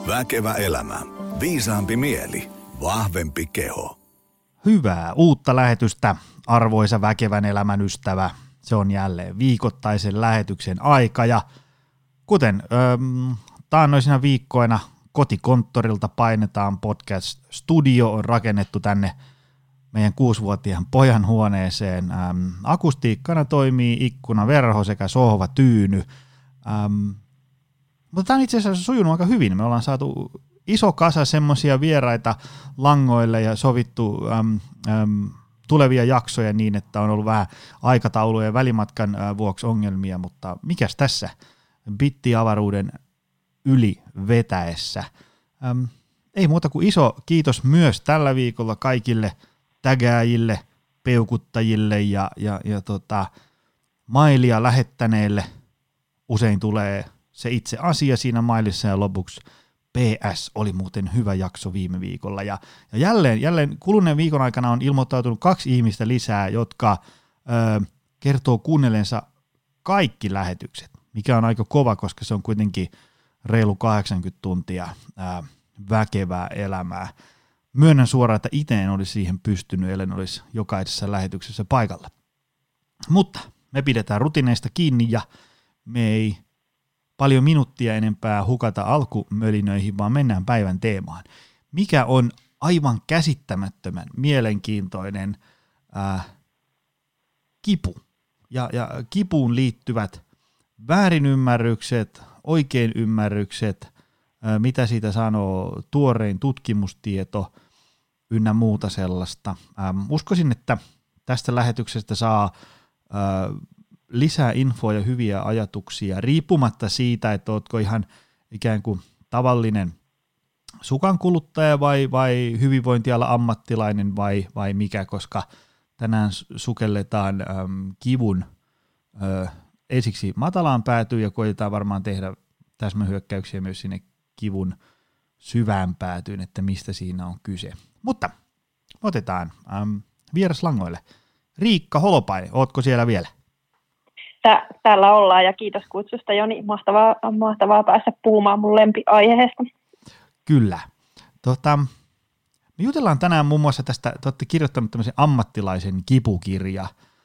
Väkevä elämä. Viisaampi mieli. Vahvempi keho. Hyvää uutta lähetystä, arvoisa väkevän elämän ystävä. Se on jälleen viikoittaisen lähetyksen aika ja kuten taannoisina viikkoina kotikonttorilta painetaan podcast-studio on rakennettu tänne meidän 6-vuotiaan pojan huoneeseen. Akustiikkana toimii ikkunaverho sekä sohvatyyny. Mutta tämä on itse asiassa sujunut aika hyvin. Me ollaan saatu iso kasa semmoisia vieraita langoille ja sovittu tulevia jaksoja niin, että on ollut vähän aikatauluja ja välimatkan vuoksi ongelmia, mutta mikäs tässä bittiavaruuden yli vetäessä. Ei muuta kuin iso kiitos myös tällä viikolla kaikille tägääjille, peukuttajille ja mailia lähettäneille. Usein tulee se itse asia siinä mailissa ja lopuksi PS oli muuten hyvä jakso viime viikolla. Ja jälleen kuluneen viikon aikana on ilmoittautunut 2 ihmistä lisää, jotka kertoo kuunnellensa kaikki lähetykset, mikä on aika kova, koska se on kuitenkin reilu 80 tuntia väkevää elämää. Myönnän suoraan, että itse en olisi siihen pystynyt, ellen olisi jokaisessa lähetyksessä paikalla. Mutta me pidetään rutiineista kiinni ja me ei paljon minuuttia enempää hukata alkumölinöihin, vaan mennään päivän teemaan. Mikä on aivan käsittämättömän mielenkiintoinen kipu ja kipuun liittyvät väärinymmärrykset, oikeinymmärrykset, mitä siitä sanoo tuorein tutkimustieto ynnä muuta sellaista. Uskoisin, että tästä lähetyksestä saa lisää infoa ja hyviä ajatuksia, riippumatta siitä, että ootko ihan ikään kuin tavallinen sukankuluttaja vai hyvinvointiala ammattilainen vai mikä, koska tänään sukelletaan kivun ensiksi matalaan päätyyn ja koitetaan varmaan tehdä täsmähyökkäyksiä myös sinne kivun syvään päätyyn, että mistä siinä on kyse. Mutta otetaan vieraslangoille. Riikka Holopainen, ootko siellä vielä? Täällä ollaan ja kiitos kutsusta, Joni. Mahtavaa päästä puhumaan mun lempiaiheesta. Kyllä. Me jutellaan tänään muun muassa tästä, te olette kirjoittanut tämmöisen ammattilaisen kipukirja,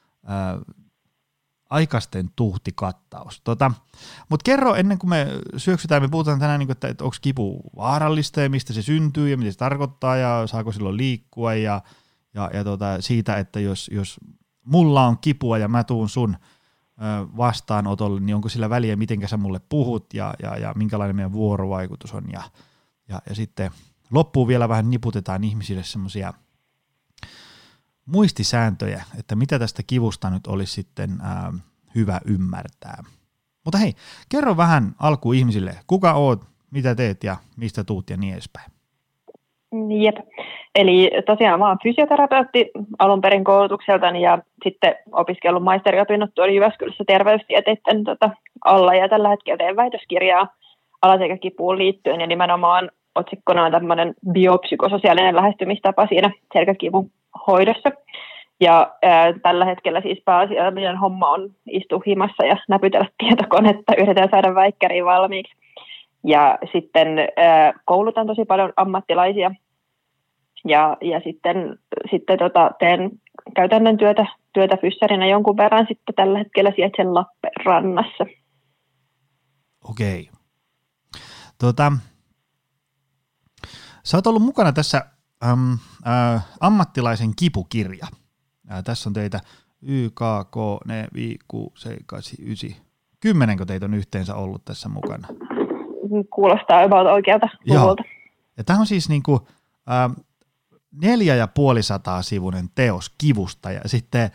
aikaisten tuhtikattaus. Mutta kerro ennen kuin me syöksytään, me puhutaan tänään, että onko kipu vaarallista ja mistä se syntyy ja mitä se tarkoittaa ja saako silloin liikkua ja siitä, että jos mulla on kipua ja mä tuun sun vastaanotolle, niin onko sillä väliä, mitenkä sä mulle puhut ja minkälainen meidän vuorovaikutus on. Ja sitten loppuun vielä vähän niputetaan ihmisille semmoisia muistisääntöjä, että mitä tästä kivusta nyt olisi sitten hyvä ymmärtää. Mutta hei, kerro vähän alkuun ihmisille, kuka oot, mitä teet ja mistä tuut ja niin edespäin. Jep. Eli tosiaan mä oon fysioterapeutti alun perin koulutukseltani ja sitten opiskellut maisteriopinnot tuolla Jyväskylässä terveystieteiden alla ja tällä hetkellä teen väitöskirjaa alaselkäkipuun liittyen ja nimenomaan otsikkona on tämmöinen biopsykososiaalinen lähestymistapa siinä selkäkivun hoidossa. Ja tällä hetkellä siis pääasiallinen homma on istua himassa ja näpytellä tietokonetta, yritetään saada väikkäriin valmiiksi. Ja sitten koulutan tosi paljon ammattilaisia ja sitten teen käytännön työtä fyssaarina jonkun verran sitten tällä hetkellä sijaitsen Lappeenrannassa. Okei. Sä oot ollut mukana tässä ammattilaisen kipukirja. Tässä on teitä YKK, ne 5, 6, 7, 8, 9, 10 teitä on yhteensä ollut tässä mukana. Kuulostaa about oikealta luvulta. Ja tämä on siis niinku 450-sivuinen teos kivusta ja sitten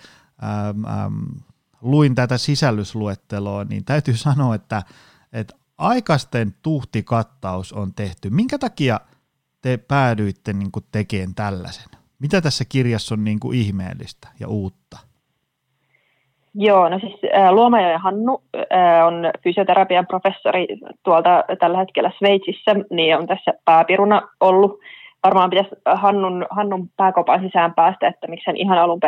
luin tätä sisällysluetteloa, niin täytyy sanoa, että aikaisten tuhtikattaus on tehty. Minkä takia te päädyitte niinku tekemään tällaisen? Mitä tässä kirjassa on niinku ihmeellistä ja uutta? Joo, no siis Luomajoen Hannu on fysioterapian professori tuolta tällä hetkellä Sveitsissä, niin on tässä pääpiruna ollut. Varmaan pitäisi Hannun pääkopan sisään päästä, että miksi hän ihan alun perin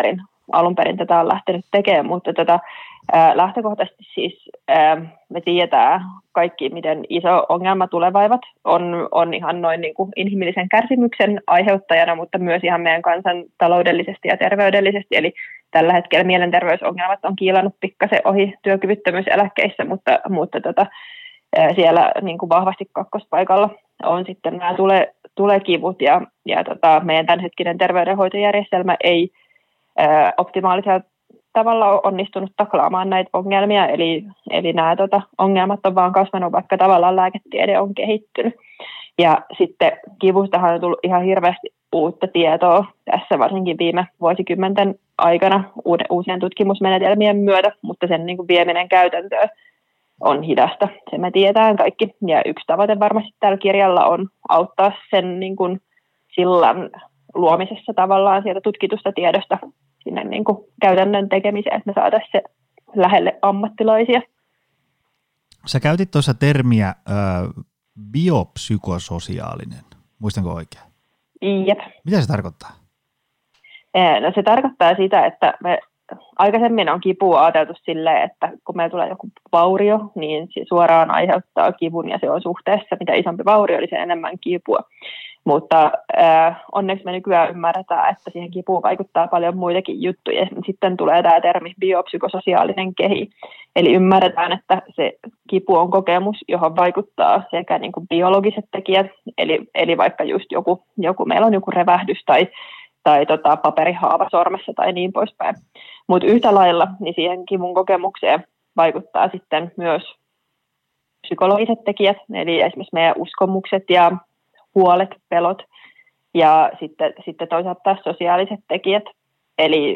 alun perin tätä on lähtenyt tekemään, mutta lähtökohtaisesti siis me tiedetään kaikki, miten iso ongelma tulevaivat on ihan noin niin kuin inhimillisen kärsimyksen aiheuttajana, mutta myös ihan meidän kansan taloudellisesti ja terveydellisesti. Eli tällä hetkellä mielenterveysongelmat on kiilannut pikkasen ohi työkyvyttömyyseläkkeissä, mutta siellä niin kuin vahvasti kakkospaikalla on sitten nämä tulekivut ja meidän tämänhetkinen terveydenhoitojärjestelmä ei optimaalisella tavalla on onnistunut taklaamaan näitä ongelmia, eli nämä ongelmat on vaan kasvanut, vaikka tavallaan lääketiede on kehittynyt. Ja sitten kivustahan on tullut ihan hirveästi uutta tietoa tässä varsinkin viime vuosikymmenten aikana uusien tutkimusmenetelmien myötä, mutta sen niin kuin vieminen käytäntöön on hidasta. Se me tiedetään kaikki. Ja yksi tavoite varmasti tällä kirjalla on auttaa sen niin kuin sillan luomisessa tavallaan sieltä tutkitusta tiedosta sinne niin kuin käytännön tekemiseen, että me saataisiin se lähelle ammattilaisia. Sä käytit tuossa termiä biopsykososiaalinen. Muistanko oikein? Jep. Mitä se tarkoittaa? No, se tarkoittaa sitä, että me aikaisemmin on kipua ajateltu silleen, että kun meillä tulee joku vaurio, niin se suoraan aiheuttaa kivun ja se on suhteessa, mitä isompi vaurio, eli se enemmän kipua. Mutta onneksi me nykyään ymmärretään, että siihen kipuun vaikuttaa paljon muitakin juttuja. Sitten tulee tämä termi biopsykososiaalinen kehi. Eli ymmärretään, että se kipu on kokemus, johon vaikuttaa sekä niin kuin biologiset tekijät, eli vaikka just joku meillä on joku revähdys tai paperihaava sormessa tai niin poispäin. Mutta yhtä lailla niin siihen kivun kokemukseen vaikuttaa sitten myös psykologiset tekijät, eli esimerkiksi meidän uskomukset ja huolet, pelot ja sitten toisaalta taas sosiaaliset tekijät, eli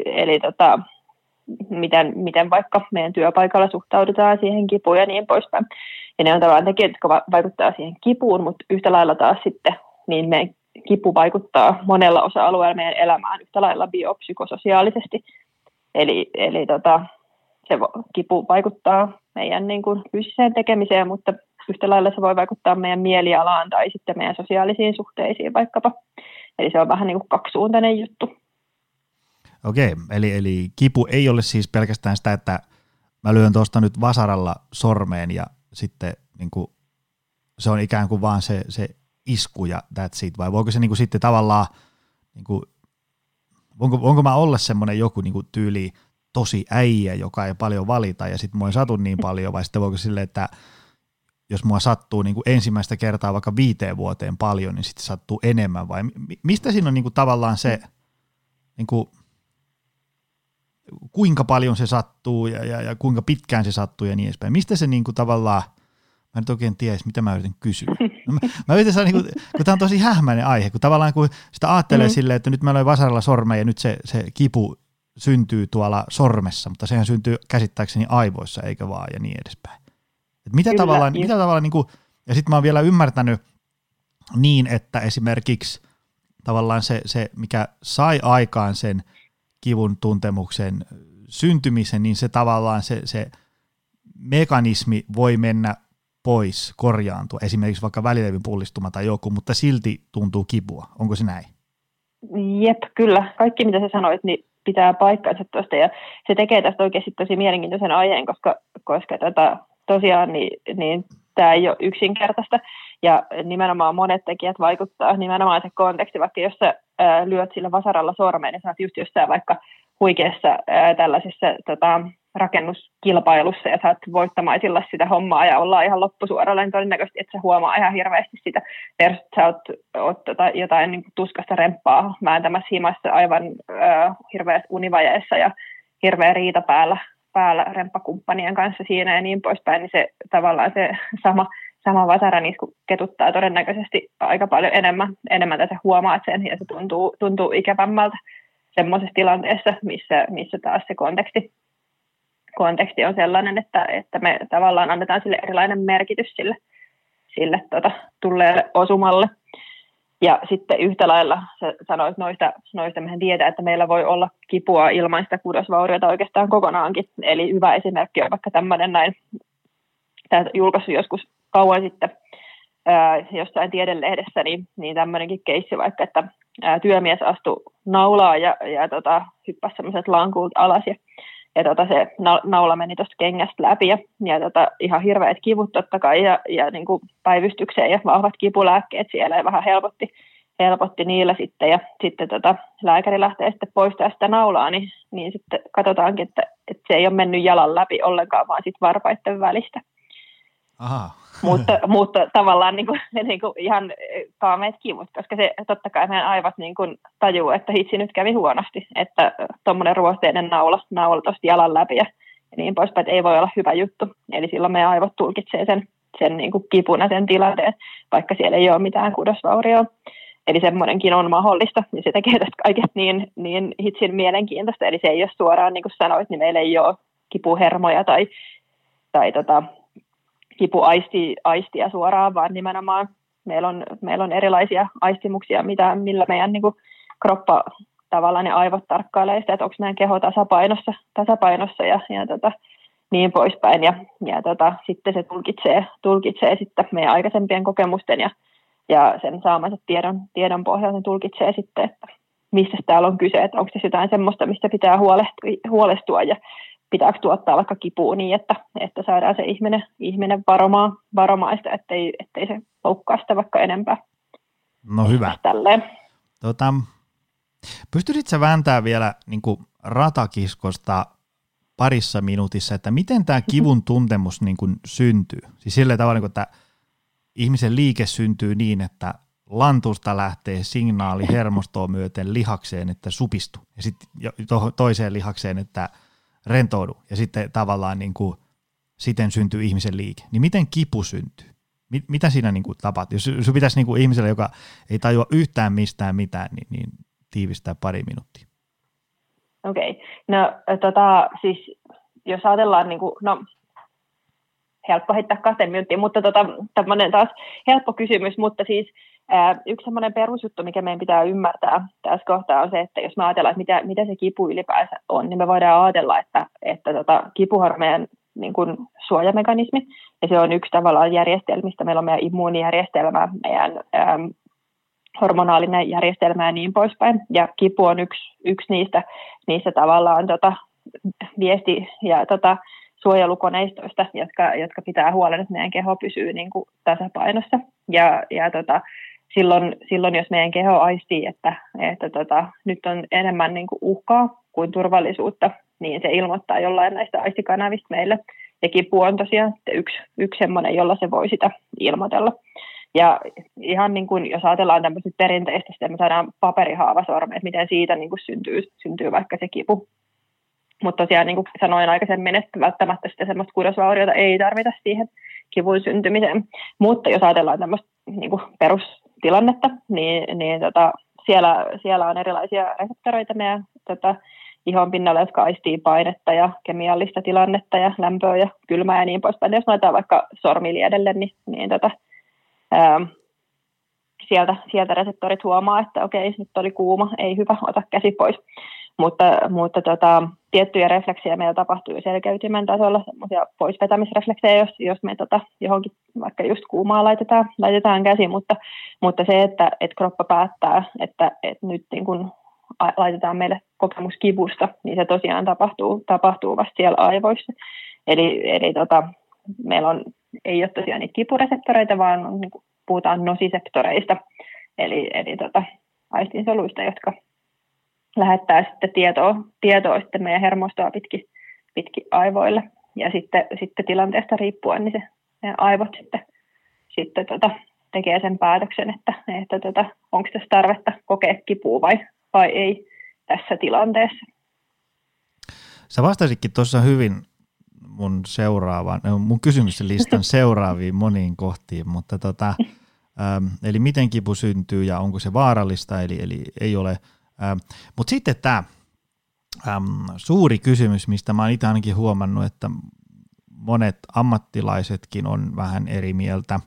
miten vaikka meidän työpaikalla suhtaudutaan siihen kipuun ja niin poispäin. Ja ne on tavallaan tekijät, jotka vaikuttaa siihen kipuun, mutta yhtä lailla taas sitten niin meidän kipu vaikuttaa monella osa-alueella meidän elämään yhtä lailla biopsykososiaalisesti. Eli se kipu vaikuttaa meidän niin kuin fyysiseen tekemiseen, mutta yhtä lailla se voi vaikuttaa meidän mielialaan tai sitten meidän sosiaalisiin suhteisiin vaikkapa. Eli se on vähän niin kuin kaksisuuntainen juttu. Okei, eli kipu ei ole siis pelkästään sitä, että mä lyön tuosta nyt vasaralla sormeen ja sitten niin kuin, se on ikään kuin vaan se isku ja that's it, vai voiko se niin kuin sitten tavallaan, niin kuin, voinko mä olla semmoinen joku niin kuin tyyli tosi äijä, joka ei paljon valita ja sitten mua ei satu niin paljon, vai sitten voiko silleen, että jos mua sattuu niin kuin ensimmäistä kertaa vaikka 5 vuoteen paljon, niin sitten sattuu enemmän, vai mistä siinä on niin kuin tavallaan se, niin kuin, kuinka paljon se sattuu ja kuinka pitkään se sattuu ja niin edespäin. Mistä se niin kuin tavallaan, mä nyt oikein tiedä, mitä mä yritän kysyä. No, mä yritän saada, niin kun tämä on tosi hähmäinen aihe, kun tavallaan kun sitä ajattelee silleen, että nyt mä löin vasaralla sormeen ja nyt se kipu syntyy tuolla sormessa, mutta sehän syntyy käsittääkseni aivoissa, eikä vaan ja niin edespäin. Et mitä tavallaan niin kuin, ja sitten mä oon vielä ymmärtänyt niin, että esimerkiksi tavallaan se mikä sai aikaan sen kivun tuntemuksen syntymisen, niin se tavallaan se mekanismi voi mennä pois, korjaantua, esimerkiksi vaikka välilevyn pullistuma tai joku, mutta silti tuntuu kipua. Onko se näin? Jep, kyllä. Kaikki mitä sä sanoit, niin pitää paikkansa tuosta, ja se tekee tästä oikeasti tosi mielenkiintoisen aiheen, koska tosiaan niin tämä ei ole yksinkertaista, ja nimenomaan monet tekijät vaikuttaa, nimenomaan se konteksti, vaikka jos sä lyöt sillä vasaralla sormeen, niin sä oot just jossain vaikka huikeassa tällaisessa rakennuskilpailussa, ja sä oot voittamaisilla sitä hommaa, ja ollaan ihan loppusuoralla, niin todennäköisesti, että sä huomaa ihan hirveästi sitä, versus sä oot jotain niin tuskasta remppaa vääntämässä himassa aivan hirveässä univajeessa, ja hirveä riita päällä remppakumppanien kanssa siinä ja niin poispäin, niin se tavallaan se sama vasaranisku ketuttaa todennäköisesti aika paljon enemmän että sä huomaat sen, ja se tuntuu ikävämmältä semmoisessa tilanteessa, missä taas se konteksti on sellainen, että me tavallaan annetaan sille erilainen merkitys sille tulleelle osumalle. Ja sitten yhtä lailla sä sanoit noista mehän tiedetään, että meillä voi olla kipua ilman sitä kudosvauriota oikeastaan kokonaankin. Eli hyvä esimerkki on vaikka tämmöinen näin, tämä julkaissut joskus kauan sitten jossain tiedelehdessä, niin tämmöinenkin keissi vaikka, että työmies astui naulaa ja hyppäsi semmoiset lankuut alas ja se naula meni tuosta kengästä läpi ja ihan hirveät kivut totta kai ja niin kuin päivystykseen ja vahvat kipulääkkeet siellä ja vähän helpotti niillä sitten ja sitten lääkäri lähtee sitten poistaa sitä naulaa, niin sitten katsotaankin, että se ei ole mennyt jalan läpi ollenkaan, vaan sitten varpaiden välistä. Aha. mutta tavallaan niin kuin ihan kaameet kivut, koska se totta kai meidän aivot niin kuin tajuu, että hitsi nyt kävi huonosti, että tuommoinen ruosteinen naula tuosta jalan läpi ja niin poispäin, että ei voi olla hyvä juttu. Eli silloin meidän aivot tulkitsee sen niin kuin kipuna sen tilanteen, vaikka siellä ei ole mitään kudosvaurioa. Eli semmoinenkin on mahdollista, ja se tekee tästä kaikesta niin hitsin mielenkiintoista. Eli se ei ole suoraan, niin kuin sanoit, niin meillä ei ole kipuhermoja tai kipuaistia suoraan, vaan nimenomaan meillä on erilaisia aistimuksia, millä meidän niin kuin kroppa tavallaan ja aivot tarkkailee sitä, että onko meidän keho tasapainossa ja niin poispäin. Ja sitten se tulkitsee sitten meidän aikaisempien kokemusten ja sen saamansa tiedon pohjalta tulkitsee sitten, että mistä täällä on kyse, että onko se jotain semmoista, mistä pitää huolestua ja pitääkö tuottaa vaikka kipua niin, että saadaan se ihminen varomaista, ettei se loukkaa sitä vaikka enempää. No hyvä. Tälleen. Pystyisit sä vääntämään vielä niin kuin ratakiskosta parissa minuutissa, että miten tämä kivun tuntemus niin kuin syntyy? Siis sillä tavalla, niin että ihmisen liike syntyy niin, että lantusta lähtee signaali hermostoa myöten lihakseen, että supistu, ja sitten toiseen lihakseen, että rentoudu, ja sitten tavallaan niin kuin, siten syntyy ihmisen liike. Niin miten kipu syntyy? Mitä siinä niin kuin tapahtuu? Jos sun pitäisi niin kuin ihmiselle, joka ei tajua yhtään mistään mitään, niin tiivistää pari minuuttia. Okei. No siis jos ajatellaan, niin kuin, helppo heittää 2 minuuttia, mutta tämmöinen taas helppo kysymys, mutta siis yksi semmoinen perusjuttu, mikä meidän pitää ymmärtää tässä kohtaa on se, että jos me ajatellaan, että mitä se kipu ylipäänsä on, niin me voidaan ajatella, että kipuhan on meidän niin kuin suojamekanismi, ja se on yksi tavallaan järjestelmistä. Meillä on meidän immuunijärjestelmä, meidän hormonaalinen järjestelmä ja niin poispäin, ja kipu on yksi niistä tavallaan viesti- ja suojelukoneistoista, jotka pitää huolen, että meidän keho pysyy niin kuin tasapainossa. Ja silloin, jos meidän keho aistii, että nyt on enemmän niin kuin uhkaa kuin turvallisuutta, niin se ilmoittaa jollain näistä aistikanavista meille. Ja kipu on tosiaan yksi semmoinen, jolla se voi sitä ilmoitella. Ja ihan niin kuin, jos ajatellaan tämmöistä perinteistä, että me saadaan paperihaavasormi, että miten siitä niin kuin syntyy vaikka se kipu. Mutta tosiaan niin kuin sanoin aikaisemmin, että välttämättä sitä semmoista kudosvauriota ei tarvita siihen kivun syntymiseen. Mutta jos ajatellaan tämmöistä niin kuin perustilannetta, niin siellä on erilaisia reseptoreita meidän ihon pinnalla, jotka aistii painetta ja kemiallista tilannetta ja lämpöä ja kylmää ja niin poispäin. Jos noita vaikka sormiliedelle, niin sieltä reseptorit huomaa, että okei, nyt oli kuuma, ei hyvä, ota käsi pois. Mutta tiettyjä refleksejä meillä tapahtuu selkäytimen tasolla, semmoisia poisvetämisrefleksejä, jos me johonkin vaikka just kuumaa laitetaan käsi, mutta se, että kroppa päättää, että nyt niin kun laitetaan meille kokemus kivusta, niin se tosiaan tapahtuu vasta siellä aivoissa. Eli meillä ei ole tosiaan niitä kipureseptoreita, vaan niin puhutaan nosiseptoreista, eli aistinsoluista, jotka lähettää sitten tietoa sitten meidän hermostoa pitkin aivoille. Ja sitten tilanteesta riippuen, niin se aivot sitten tekee sen päätöksen, että onko tässä tarvetta kokea kipua vai ei tässä tilanteessa. Sä vastasitkin tuossa hyvin mun kysymyslistan seuraaviin moniin kohtiin, mutta eli miten kipu syntyy ja onko se vaarallista, eli ei ole. Mutta sitten tämä suuri kysymys, mistä mä oon itse ainakin huomannut, että monet ammattilaisetkin on vähän eri mieltä.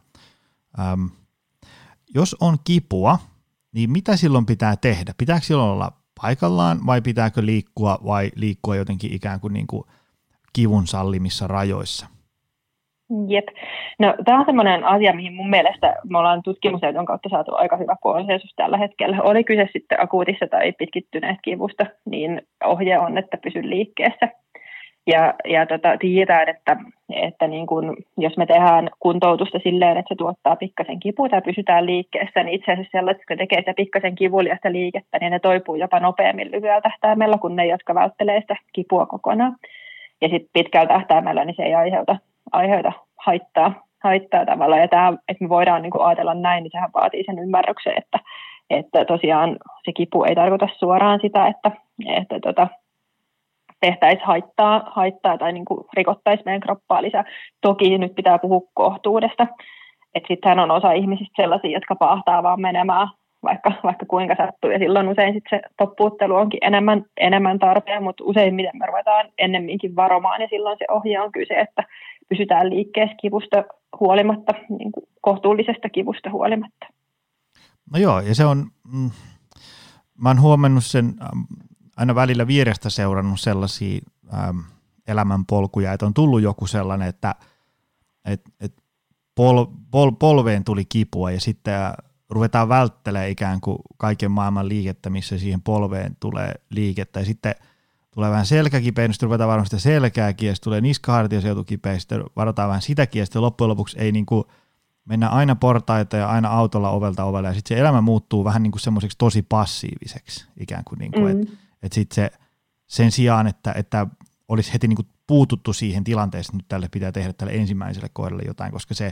Jos on kipua, niin mitä silloin pitää tehdä? Pitääkö silloin olla paikallaan vai pitääkö liikkua vai liikkua jotenkin ikään kuin, kivun sallimissa rajoissa? Jep. No, tämä on sellainen asia, mihin mun mielestä me ollaan tutkimusnäytön kautta saatu aika hyvä konsensus tällä hetkellä. Oli kyse sitten akuutissa tai pitkittyneestä kivusta, niin ohje on, että pysy liikkeessä. Ja tiedetään, että niin kun, jos me tehdään kuntoutusta silleen, että se tuottaa pikkasen kipua tai pysytään liikkeessä, niin itse asiassa sellaiset, jotka tekee sitä pikkasen kivuliasta liikettä, niin ne toipuu jopa nopeammin lyhyellä tähtäimellä kuin ne, jotka välttelee sitä kipua kokonaan. Ja sitten pitkällä tähtäimellä niin se ei aiheuta haittaa tavallaan. Ja tämä, että me voidaan niin kuin ajatella näin, niin sehän vaatii sen ymmärryksen, että tosiaan se kipu ei tarkoita suoraan sitä, että tehtäisiin haittaa tai niin kuin rikottaisiin meidän kroppaa lisää. Toki nyt pitää puhua kohtuudesta. Että sittenhän on osa ihmisistä sellaisia, jotka paahtaa vaan menemään vaikka kuinka sattuu. Ja silloin usein sitten se toppuuttelu onkin enemmän tarpeen, mutta useimmiten me ruvetaan ennemminkin varomaan. Ja silloin se ohje on kyse, että pysytään liikkeessä kivusta huolimatta, niin kuin kohtuullisesta kivusta huolimatta. No joo, ja se on, mä oon huomannut sen aina välillä vierestä seurannut sellaisia elämänpolkuja, että on tullut joku sellainen, että polveen tuli kipua ja sitten ruvetaan välttelemään ikään kuin kaiken maailman liikettä, missä siihen polveen tulee liikettä ja sitten tulee vähän selkäkipeä, niin sitten ruvetaan varmaan sitä selkääkin ja sitten tulee niskahartiaseutukipeä ja sitten varotaan vähän sitäkin ja sitten loppujen lopuksi ei niin kuin mennä aina portaita ja aina autolla ovelta ovelle ja sitten se elämä muuttuu vähän niin kuin semmoiseksi tosi passiiviseksi ikään kuin, että sitten se sen sijaan, että olisi heti niin kuin puututtu siihen tilanteeseen, että nyt tälle pitää tehdä tälle ensimmäiselle kohdalle jotain, koska se,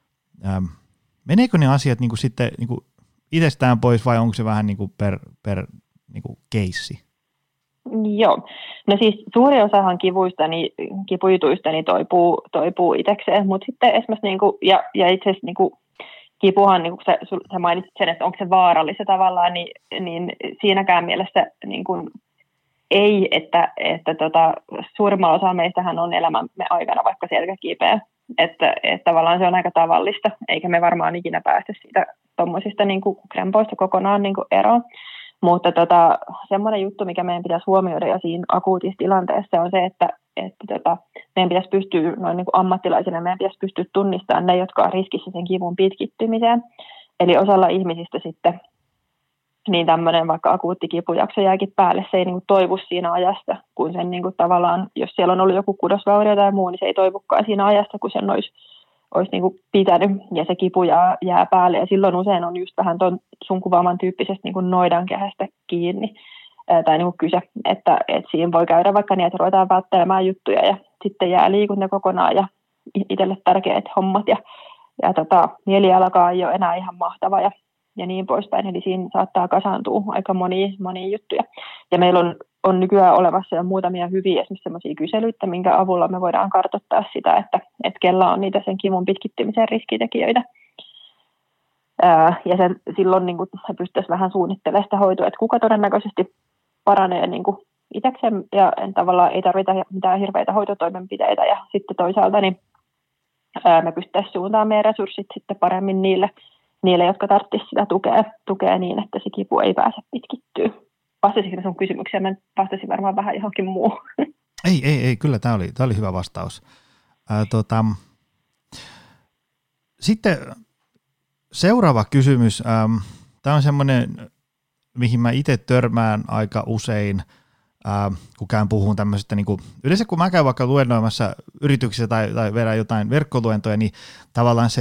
meneekö ne asiat niin kuin sitten niin kuin itsestään pois vai onko se vähän niin kuin per niin kuin keissi? Joo. No siis suuri osahan kipujutuista niin toipuu itsekseen, mutta sitten esimerkiksi niinku, ja itse asiassa niinku, kipuhan, niinku, sä mainitsit sen, että onko se vaarallista tavallaan, niin siinäkään mielessä niinku, ei, että suurimmalla osa meistähän on elämämme aikana vaikka selkäkipeä, että tavallaan se on aika tavallista, eikä me varmaan ikinä päästä siitä tuommoisista niinku, krempoista kokonaan niinku, eroon. Mutta semmoinen juttu, mikä meidän pitäisi huomioida ja siinä akuutissa tilanteessa on se, että meidän pitäisi pystyä, noin niin kuin ammattilaisina, meidän pitäisi pystyä tunnistamaan ne, jotka on riskissä sen kivun pitkittymiseen. Eli osalla ihmisistä sitten niin tämmöinen vaikka akuutti kipujakso jääkin päälle, se ei niin kuin toivu siinä ajassa, kun sen niin kuin tavallaan, jos siellä on ollut joku kudosvaurio tai muu, niin se ei toivukaan siinä ajassa, kun sen olisi niin kuin pitänyt ja se kipu jää päälle ja silloin usein on just vähän tuon sun kuvaaman tyyppisestä niin kuin noidankehästä kiinni tai niin kuin kyse, että siinä voi käydä vaikka niin, että ruvetaan välttelemään juttuja ja sitten jää liikunta kokonaan ja itselle tärkeät hommat ja mielialkaa ei ole enää ihan mahtava ja niin poispäin, eli siinä saattaa kasaantua aika monia juttuja ja meillä on nykyään olevassa jo muutamia hyviä esimerkiksi sellaisia kyselyitä, minkä avulla me voidaan kartoittaa sitä, että kella on niitä sen kivun pitkittymisen riskitekijöitä. Ja silloin niin kuin, se pystyisi vähän suunnittelemaan sitä hoitoa, että kuka todennäköisesti paranee niin kuin itsekseen ja tavallaan ei tarvita mitään hirveitä hoitotoimenpiteitä. Ja sitten toisaalta niin, me pystyttäisiin suuntaamaan meidän resurssit sitten paremmin niille jotka tarvitsisivat sitä tukea niin, että se kipu ei pääse pitkittyä. Vastasitko sun kysymykseen? Mä vastasin varmaan vähän johonkin muuhun. Ei, kyllä tämä oli hyvä vastaus. Sitten seuraava kysymys. Tämä on semmoinen, mihin mä itse törmään aika usein, kun käyn puhumaan tämmöisestä, niin kuin, yleensä kun mä käyn vaikka luennoimassa yrityksissä tai vedän jotain verkkoluentoja, niin tavallaan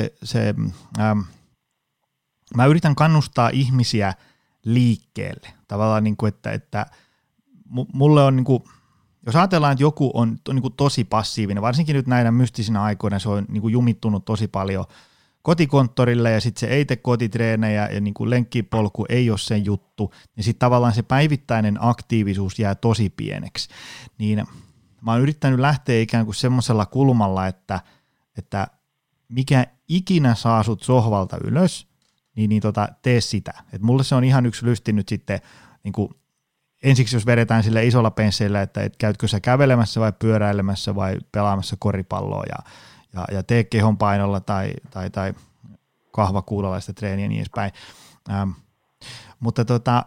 mä yritän kannustaa ihmisiä liikkeelle. Tavallaan niin kuin, että mulle on niin kuin, jos ajatellaan, että joku on niin kuin tosi passiivinen, varsinkin nyt näinä mystisinä aikoina se on niin kuin jumittunut tosi paljon kotikonttorille ja sitten se ei tee kotitreenejä ja niin kuin lenkkipolku ei ole sen juttu, niin sitten tavallaan se päivittäinen aktiivisuus jää tosi pieneksi. Niin mä oon yrittänyt lähteä ikään kuin semmoisella kulmalla, että mikä ikinä saa sut sohvalta ylös, niin tee sitä. Et mulle se on ihan yksi lysti nyt sitten, niin kuin ensiksi jos vedetään sille isolla pensseillä, että käytkö sä kävelemässä vai pyöräilemässä vai pelaamassa koripalloa ja tee kehonpainolla tai kahvakuulalla sitä treeniä ja niin edespäin. Mutta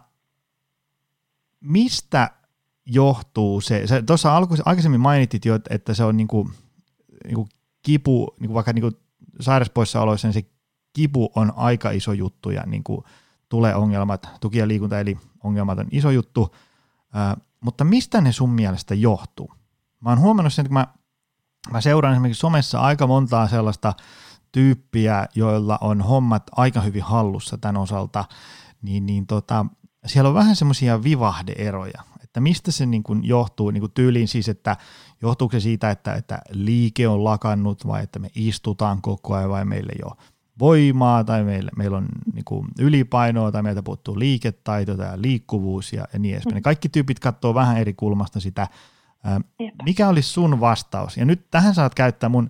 mistä johtuu se tuossa aikaisemmin mainittit jo, että se on niinku kipu, niin kuin vaikka niin kuin sairauspoissaoloissa, niin se kipu on aika iso juttu ja niin kuin tulee ongelmat, tuki- ja liikuntaelinongelmat on iso juttu, mutta mistä ne sun mielestä johtuu? Mä oon huomannut sen, että mä seuraan esimerkiksi somessa aika montaa sellaista tyyppiä, joilla on hommat aika hyvin hallussa tämän osalta, niin siellä on vähän semmoisia vivahde-eroja, että mistä se niin kuin johtuu niin kuin tyyliin siis, että johtuuko se siitä, että liike on lakannut vai että me istutaan koko ajan vai meillä ei ole voimaa tai meillä on niin kuin ylipainoa tai meiltä puuttuu liiketaito tai liikkuvuus ja niin edespäin. Kaikki tyypit katsoo vähän eri kulmasta sitä. Mikä olisi sun vastaus? Ja nyt tähän saat käyttää mun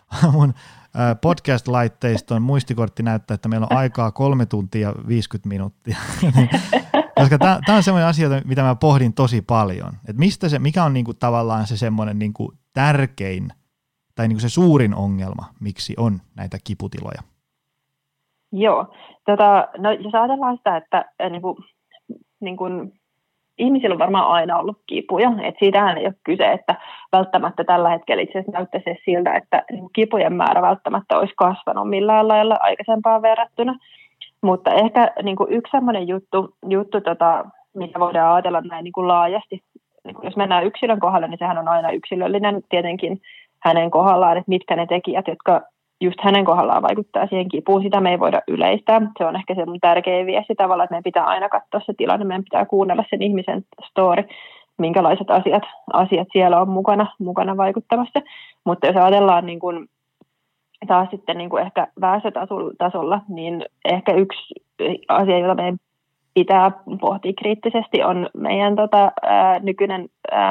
podcast-laitteiston muistikortti näyttää, että meillä on aikaa 3 tuntia 50 minuuttia. Koska tämä on semmoinen asia, mitä mä pohdin tosi paljon. Että mikä on niinku tavallaan se semmoinen niinku tärkein tai niinku se suurin ongelma, miksi on näitä kiputiloja? Joo. No, jos ajatellaan sitä, että niin kuin ihmisillä on varmaan aina ollut kipuja, että siitähän ei ole kyse, että välttämättä tällä hetkellä itse asiassa näyttäisi siltä, että kipujen määrä välttämättä olisi kasvanut millään lailla aikaisempaan verrattuna, mutta ehkä niin kuin yksi sellainen juttu mitä voidaan ajatella näin niin kuin laajasti, niin kuin jos mennään yksilön kohdalle, niin sehän on aina yksilöllinen tietenkin hänen kohdallaan, että mitkä ne tekijät, jotka just hänen kohdallaan vaikuttaa siihen kipuun, sitä me ei voida yleistää. Se on ehkä semmoinen tärkeä viesti tavallaan, että meidän pitää aina katsoa se tilanne, meidän pitää kuunnella sen ihmisen story, minkälaiset asiat siellä on mukana vaikuttamassa. Mutta jos ajatellaan niin kuin, taas sitten niin kuin ehkä väestötasolla, niin ehkä yksi asia, jota meidän pitää pohtia kriittisesti, on meidän nykyinen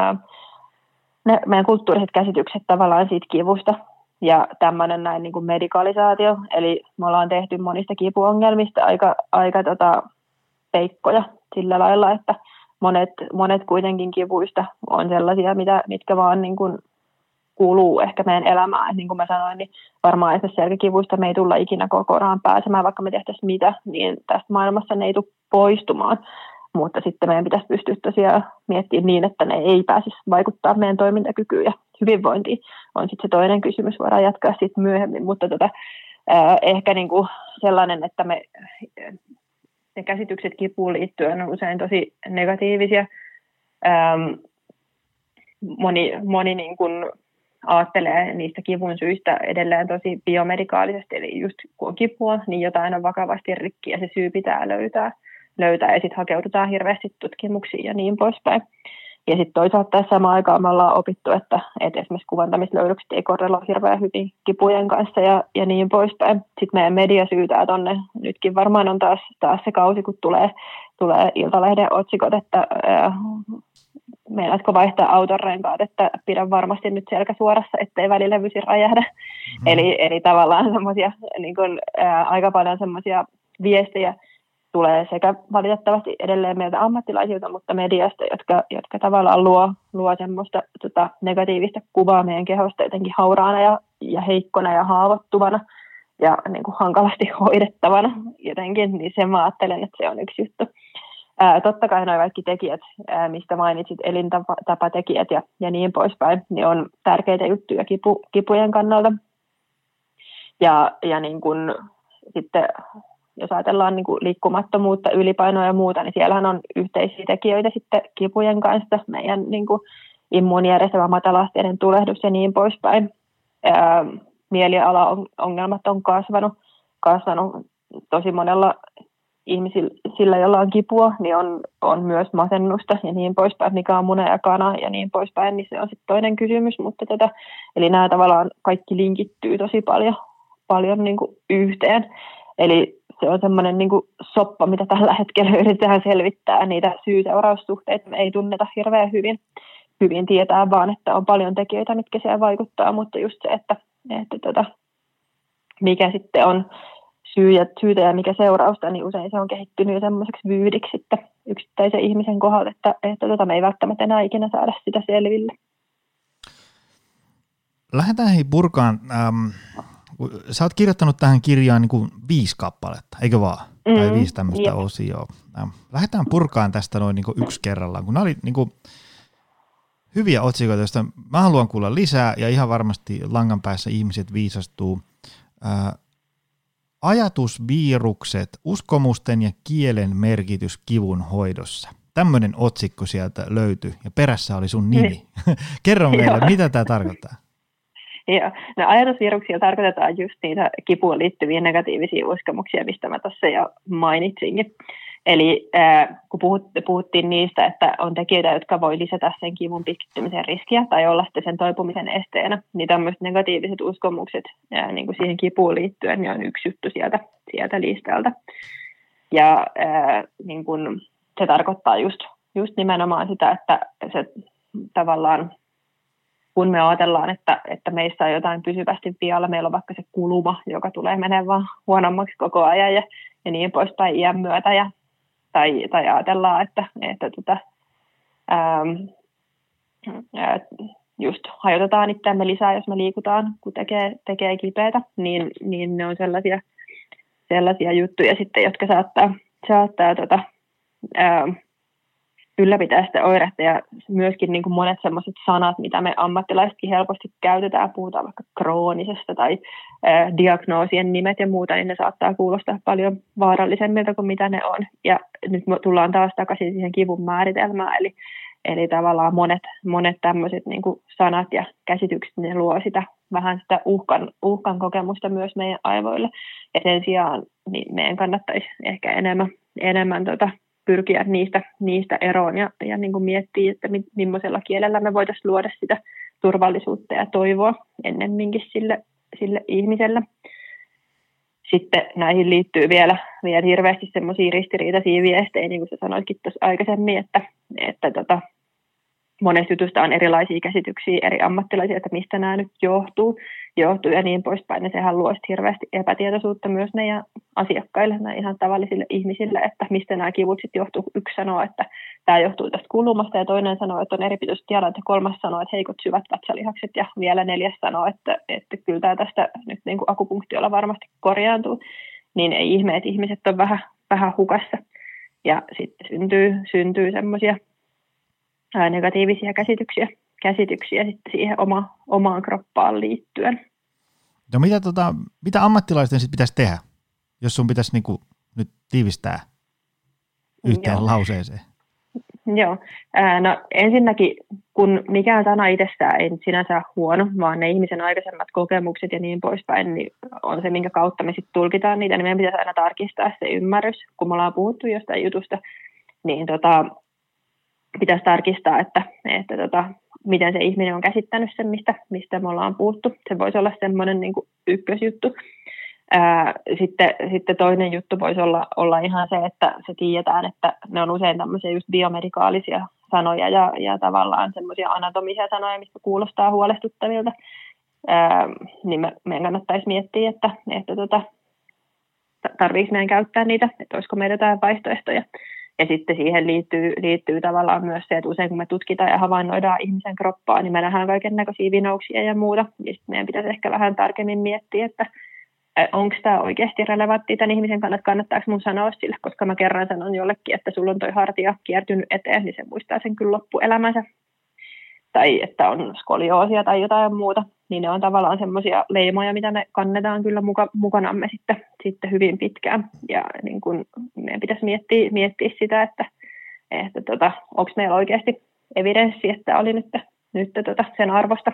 meidän kulttuuriset käsitykset tavallaan siitä kivusta. Ja tämmöinen näin niin kuin medikalisaatio, eli me ollaan tehty monista kipuongelmista aika peikkoja sillä lailla, että monet kuitenkin kivuista on sellaisia, mitkä vaan niin kuin kuuluu ehkä meidän elämään. Niin kuin mä sanoin, niin varmaan esimerkiksi selkäkivuista me ei tulla ikinä kokonaan pääsemään, vaikka me tehtäisiin mitä, niin tästä maailmassa ne ei tule poistumaan. Mutta sitten meidän pitäisi pystyä tosiaan miettimään niin, että ne ei pääsisi vaikuttaa meidän toimintakykyyn ja hyvinvointiin. On sitten se toinen kysymys, voidaan jatkaa sitten myöhemmin, mutta ehkä niinku sellainen, että ne käsitykset kipuun liittyen on usein tosi negatiivisia. Moni niin kun ajattelee niistä kivun syistä edelleen tosi biomedikaalisesti, eli just kun on kipua, niin jotain on vakavasti rikki ja se syy pitää löytää ja sitten hakeudutaan hirveästi tutkimuksiin ja niin poispäin. Ja sitten toisaalta tässä samaan aikaan me ollaan opittu, että esimerkiksi kuvantamislöydökset ei korreloi hirveän hyvin kipujen kanssa ja niin poispäin. Sitten meidän media syytää tonne. Nytkin varmaan on taas se kausi, kun tulee Iltalehden otsikot, että meinaatko vaihtaa auton renkaat, että pidän varmasti nyt selkä suorassa, ettei välilevysi räjähdä. Eli tavallaan semmoisia niin aika paljon semmoisia viestejä tulee sekä valitettavasti edelleen meiltä ammattilaisilta, mutta mediasta, jotka tavallaan luo semmoista negatiivista kuvaa meidän kehosta jotenkin hauraana ja heikkona ja haavoittuvana ja niin kuin hankalasti hoidettavana jotenkin, niin sen mä ajattelen, että se on yksi juttu. Totta kai nuo kaikki tekijät, mistä mainitsit, elintapatekijät ja niin poispäin, niin on tärkeitä juttuja kipujen kannalta. Ja niin kuin sitten jos ajatellaan niin kuin liikkumattomuutta, ylipainoa ja muuta, niin siellähän on yhteisiä tekijöitä sitten kipujen kanssa, meidän niin kuin immuunijärjestelmä, matalasteinen tulehdus ja niin poispäin. Mielialaongelmat on kasvanut tosi monella ihmisillä, joilla on kipua, niin on myös masennusta ja niin poispäin, mikä on muna ja kana ja niin poispäin, niin se on sitten toinen kysymys, mutta eli nämä tavallaan kaikki linkittyy tosi paljon niin kuin yhteen. Eli se on semmoinen niin kuin soppa, mitä tällä hetkellä yritetään selvittää. Niitä syy-seuraussuhteita me ei tunneta hirveän hyvin tietää, vaan että on paljon tekijöitä, mitkä siellä vaikuttaa, mutta just se, että mikä sitten on syytä ja mikä seurausta, niin usein se on kehittynyt jo semmoiseksi vyydiksi sitten yksittäisen ihmisen kohdalla, että me ei välttämättä enää ikinä saada sitä selville. Lähdetään purkaan. Sä oot kirjoittanut tähän kirjaan niin kuin 5 kappaletta, eikö vaan? Tai 5 tämmöistä osioa. Lähdetään purkaan tästä noin niin kuin yksi kerrallaan, kun nämä oli niin kuin hyviä otsikoita, joista mä haluan kuulla lisää, ja ihan varmasti langan päässä ihmiset viisastuu. Ajatusviirukset, uskomusten ja kielen merkitys kivun hoidossa. Tämmöinen otsikko sieltä löytyi, ja perässä oli sun nimi. Kerro meille, mitä tämä tarkoittaa? Joo, no ajatusviruksia tarkoitetaan just niitä kipuun liittyviä negatiivisia uskomuksia, mistä mä tässä jo mainitsinkin. Eli kun puhuttiin niistä, että on tekijöitä, jotka voi lisätä sen kivun pitkittymisen riskiä tai olla sitten sen toipumisen esteenä, niin tämmöiset negatiiviset uskomukset niin kuin siihen kipuun liittyen niin on yksi juttu sieltä listalta. Ja niin kun se tarkoittaa just nimenomaan sitä, että se tavallaan, kun me ajatellaan, että meistä on jotain pysyvästi vialla, meillä on vaikka se kuluma, joka tulee menemään vaan huonommaksi koko ajan ja niin poispäin iän myötä, tai ajatellaan, että just hajotetaan itseämme lisää, jos me liikutaan, kun tekee kipeätä, niin ne on sellaisia juttuja sitten, jotka saattaa ylläpitää sitä oiretta, ja myöskin niin kuin monet sellaiset sanat, mitä me ammattilaisetkin helposti käytetään, puhutaan vaikka kroonisesta tai diagnoosien nimet ja muuta, niin ne saattaa kuulostaa paljon vaarallisemmilta kuin mitä ne on. Ja nyt me tullaan taas takaisin siihen kivun määritelmään, eli tavallaan monet tämmöiset niin kuin sanat ja käsitykset, ne luo vähän sitä uhkan kokemusta myös meidän aivoille. Ja sen sijaan niin meidän kannattaisi ehkä enemmän pyrkiä niistä eroon ja niin kuin miettiä, että millaisella kielellä me voitaisiin luoda sitä turvallisuutta ja toivoa ennemminkin sille ihmiselle. Sitten näihin liittyy vielä hirveästi semmoisia ristiriitaisia viestejä, niin kuin sä sanoitkin tuossa aikaisemmin, että monesta jutusta on erilaisia käsityksiä eri ammattilaisia, että mistä nämä nyt johtuu ja niin poispäin. Ja sehän luo hirveästi epätietoisuutta myös meidän asiakkaille, ihan tavallisille ihmisille, että mistä nämä kivut sitten johtuu. Yksi sanoo, että tämä johtuu tästä kulumasta, ja toinen sanoo, että on eripituiset jalat, ja kolmas sanoo, että heikot syvät vatsalihakset, ja vielä neljäs sanoo, että kyllä tämä tästä nyt niin kuin akupunktiolla varmasti korjaantuu. Niin ei ihme, että ihmiset on vähän hukassa. Ja sitten syntyy semmoisia negatiivisia käsityksiä sitten siihen omaan kroppaan liittyen. No mitä ammattilaisten sitten pitäisi tehdä, jos sun pitäisi niinku nyt tiivistää yhteen lauseeseen? Joo. No ensinnäkin, kun mikään sana itsessään ei sinänsä ole huono, vaan ne ihmisen aikaisemmat kokemukset ja niin poispäin, niin on se, minkä kautta me sitten tulkitaan niitä, niin meidän pitäisi aina tarkistaa se ymmärrys. Kun me ollaan puhuttu jostain jutusta, niin pitäisi tarkistaa, että miten se ihminen on käsittänyt sen, mistä me ollaan puhuttu. Se voisi olla semmoinen niin kuin ykkösjuttu. Sitten toinen juttu voisi olla ihan se, että se tiedetään, että ne on usein tämmöisiä just biomedikaalisia sanoja ja tavallaan semmoisia anatomisia sanoja, mistä kuulostaa huolestuttavilta. Niin meidän kannattaisi miettiä, että tarviiko meidän käyttää niitä, että olisiko meillä jotain vaihtoehtoja. Ja sitten siihen liittyy tavallaan myös se, että usein kun me tutkitaan ja havainnoidaan ihmisen kroppaa, niin me nähdään kaiken näköisiä vinouksia ja muuta. Ja sitten meidän pitäisi ehkä vähän tarkemmin miettiä, että onko tämä oikeasti relevantti tämän ihmisen kannalta, kannattaako mun sanoa sille, koska mä kerran sanon jollekin, että sulla on toi hartia kiertynyt eteen, niin se muistaa sen kyllä loppuelämänsä. Tai että on skolioosia tai jotain muuta, niin ne on tavallaan semmoisia leimoja, mitä me kannetaan kyllä mukanamme sitten hyvin pitkään. Ja niin kun meidän pitäisi miettiä sitä, että onko meillä oikeasti evidenssi, että oli nyt sen arvosta.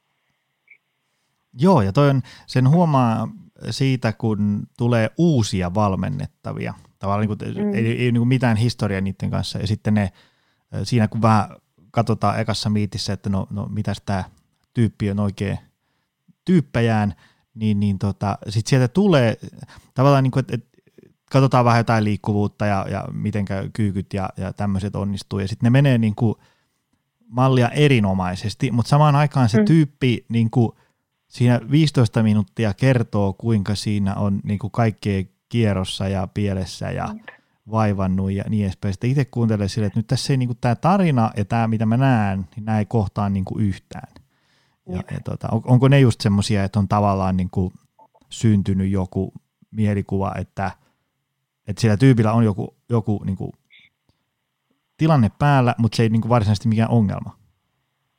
Joo, ja sen huomaa siitä, kun tulee uusia valmennettavia. Tavallaan ei niin kuin mitään historiaa niiden kanssa, ja sitten ne siinä kun vähän katsotaan ekassa miitissä, että no mitäs tämä tyyppi on oikein tyyppejään, niin sitten sieltä tulee tavallaan, niin kuin, että katsotaan vähän jotain liikkuvuutta ja mitenkä kyykyt ja tämmöiset onnistuu, ja sitten ne menee niin kuin mallia erinomaisesti, mutta samaan aikaan se tyyppi niin kuin siinä 15 minuuttia kertoo, kuinka siinä on niin kuin kaikkea kierrossa ja pielessä ja vaivannut ja niin edespäin. Sitten itse kuuntelee silleen, että nyt tässä ei niin kuin tämä tarina ja tämä, mitä mä näen, niin nämä ei kohtaa niin kuin yhtään. Onko ne just semmoisia, että on tavallaan niin kuin syntynyt joku mielikuva, että sillä tyypillä on joku niin kuin tilanne päällä, mutta se ei niin kuin varsinaisesti mikään ongelma?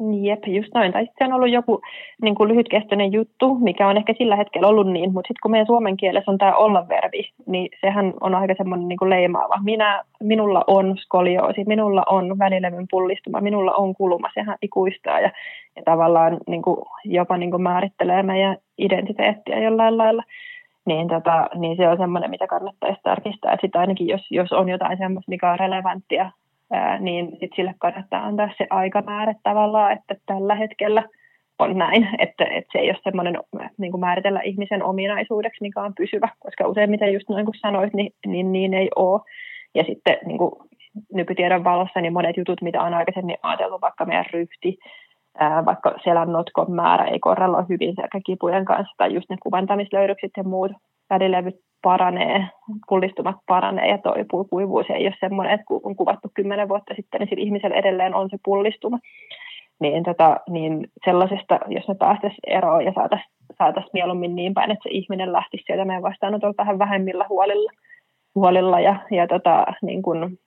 Jep, just noin. Tai sitten se on ollut joku niin kuin lyhytkestoinen juttu, mikä on ehkä sillä hetkellä ollut niin, mutta sitten kun meidän suomen kielessä on tämä olla-verbi, niin sehän on aika semmoinen niin kuin leimaava. Minulla on skolioosi, minulla on välilevyn pullistuma, minulla on kuluma, sehän ikuistaa ja tavallaan niin kuin, jopa niin kuin määrittelee meidän identiteettiä jollain lailla. Niin se on semmoinen, mitä kannattaisi tarkistaa. Että sitten ainakin, jos on jotain semmoista, mikä on relevanttia, niin sitten sille kannattaa antaa se aikamäärä tavallaan, että tällä hetkellä on näin, että se ei ole semmoinen niin kuin määritellä ihmisen ominaisuudeksi, mikä on pysyvä, koska useimmiten just noin kuin sanoit, niin ei ole. Ja sitten niin kuin nykytiedon valossa niin monet jutut, mitä on aikaisemmin ajateltu, vaikka meidän ryhti, vaikka selän notkon määrä ei korreloi hyvin selkäkipujen kanssa, tai just ne kuvantamislöydökset ja muut välilevyt paranee, pullistumat paranee ja toipuu, kuivuus ei ole semmoinen, että kun on kuvattu 10 vuotta sitten, niin sillä ihmisellä edelleen on se pullistuma. Niin sellaisesta, jos me päästäisiin eroon ja saataisiin mieluummin niin päin, että se ihminen lähtisi sieltä meidän vastaanotolta vähän vähemmillä huolilla ja niin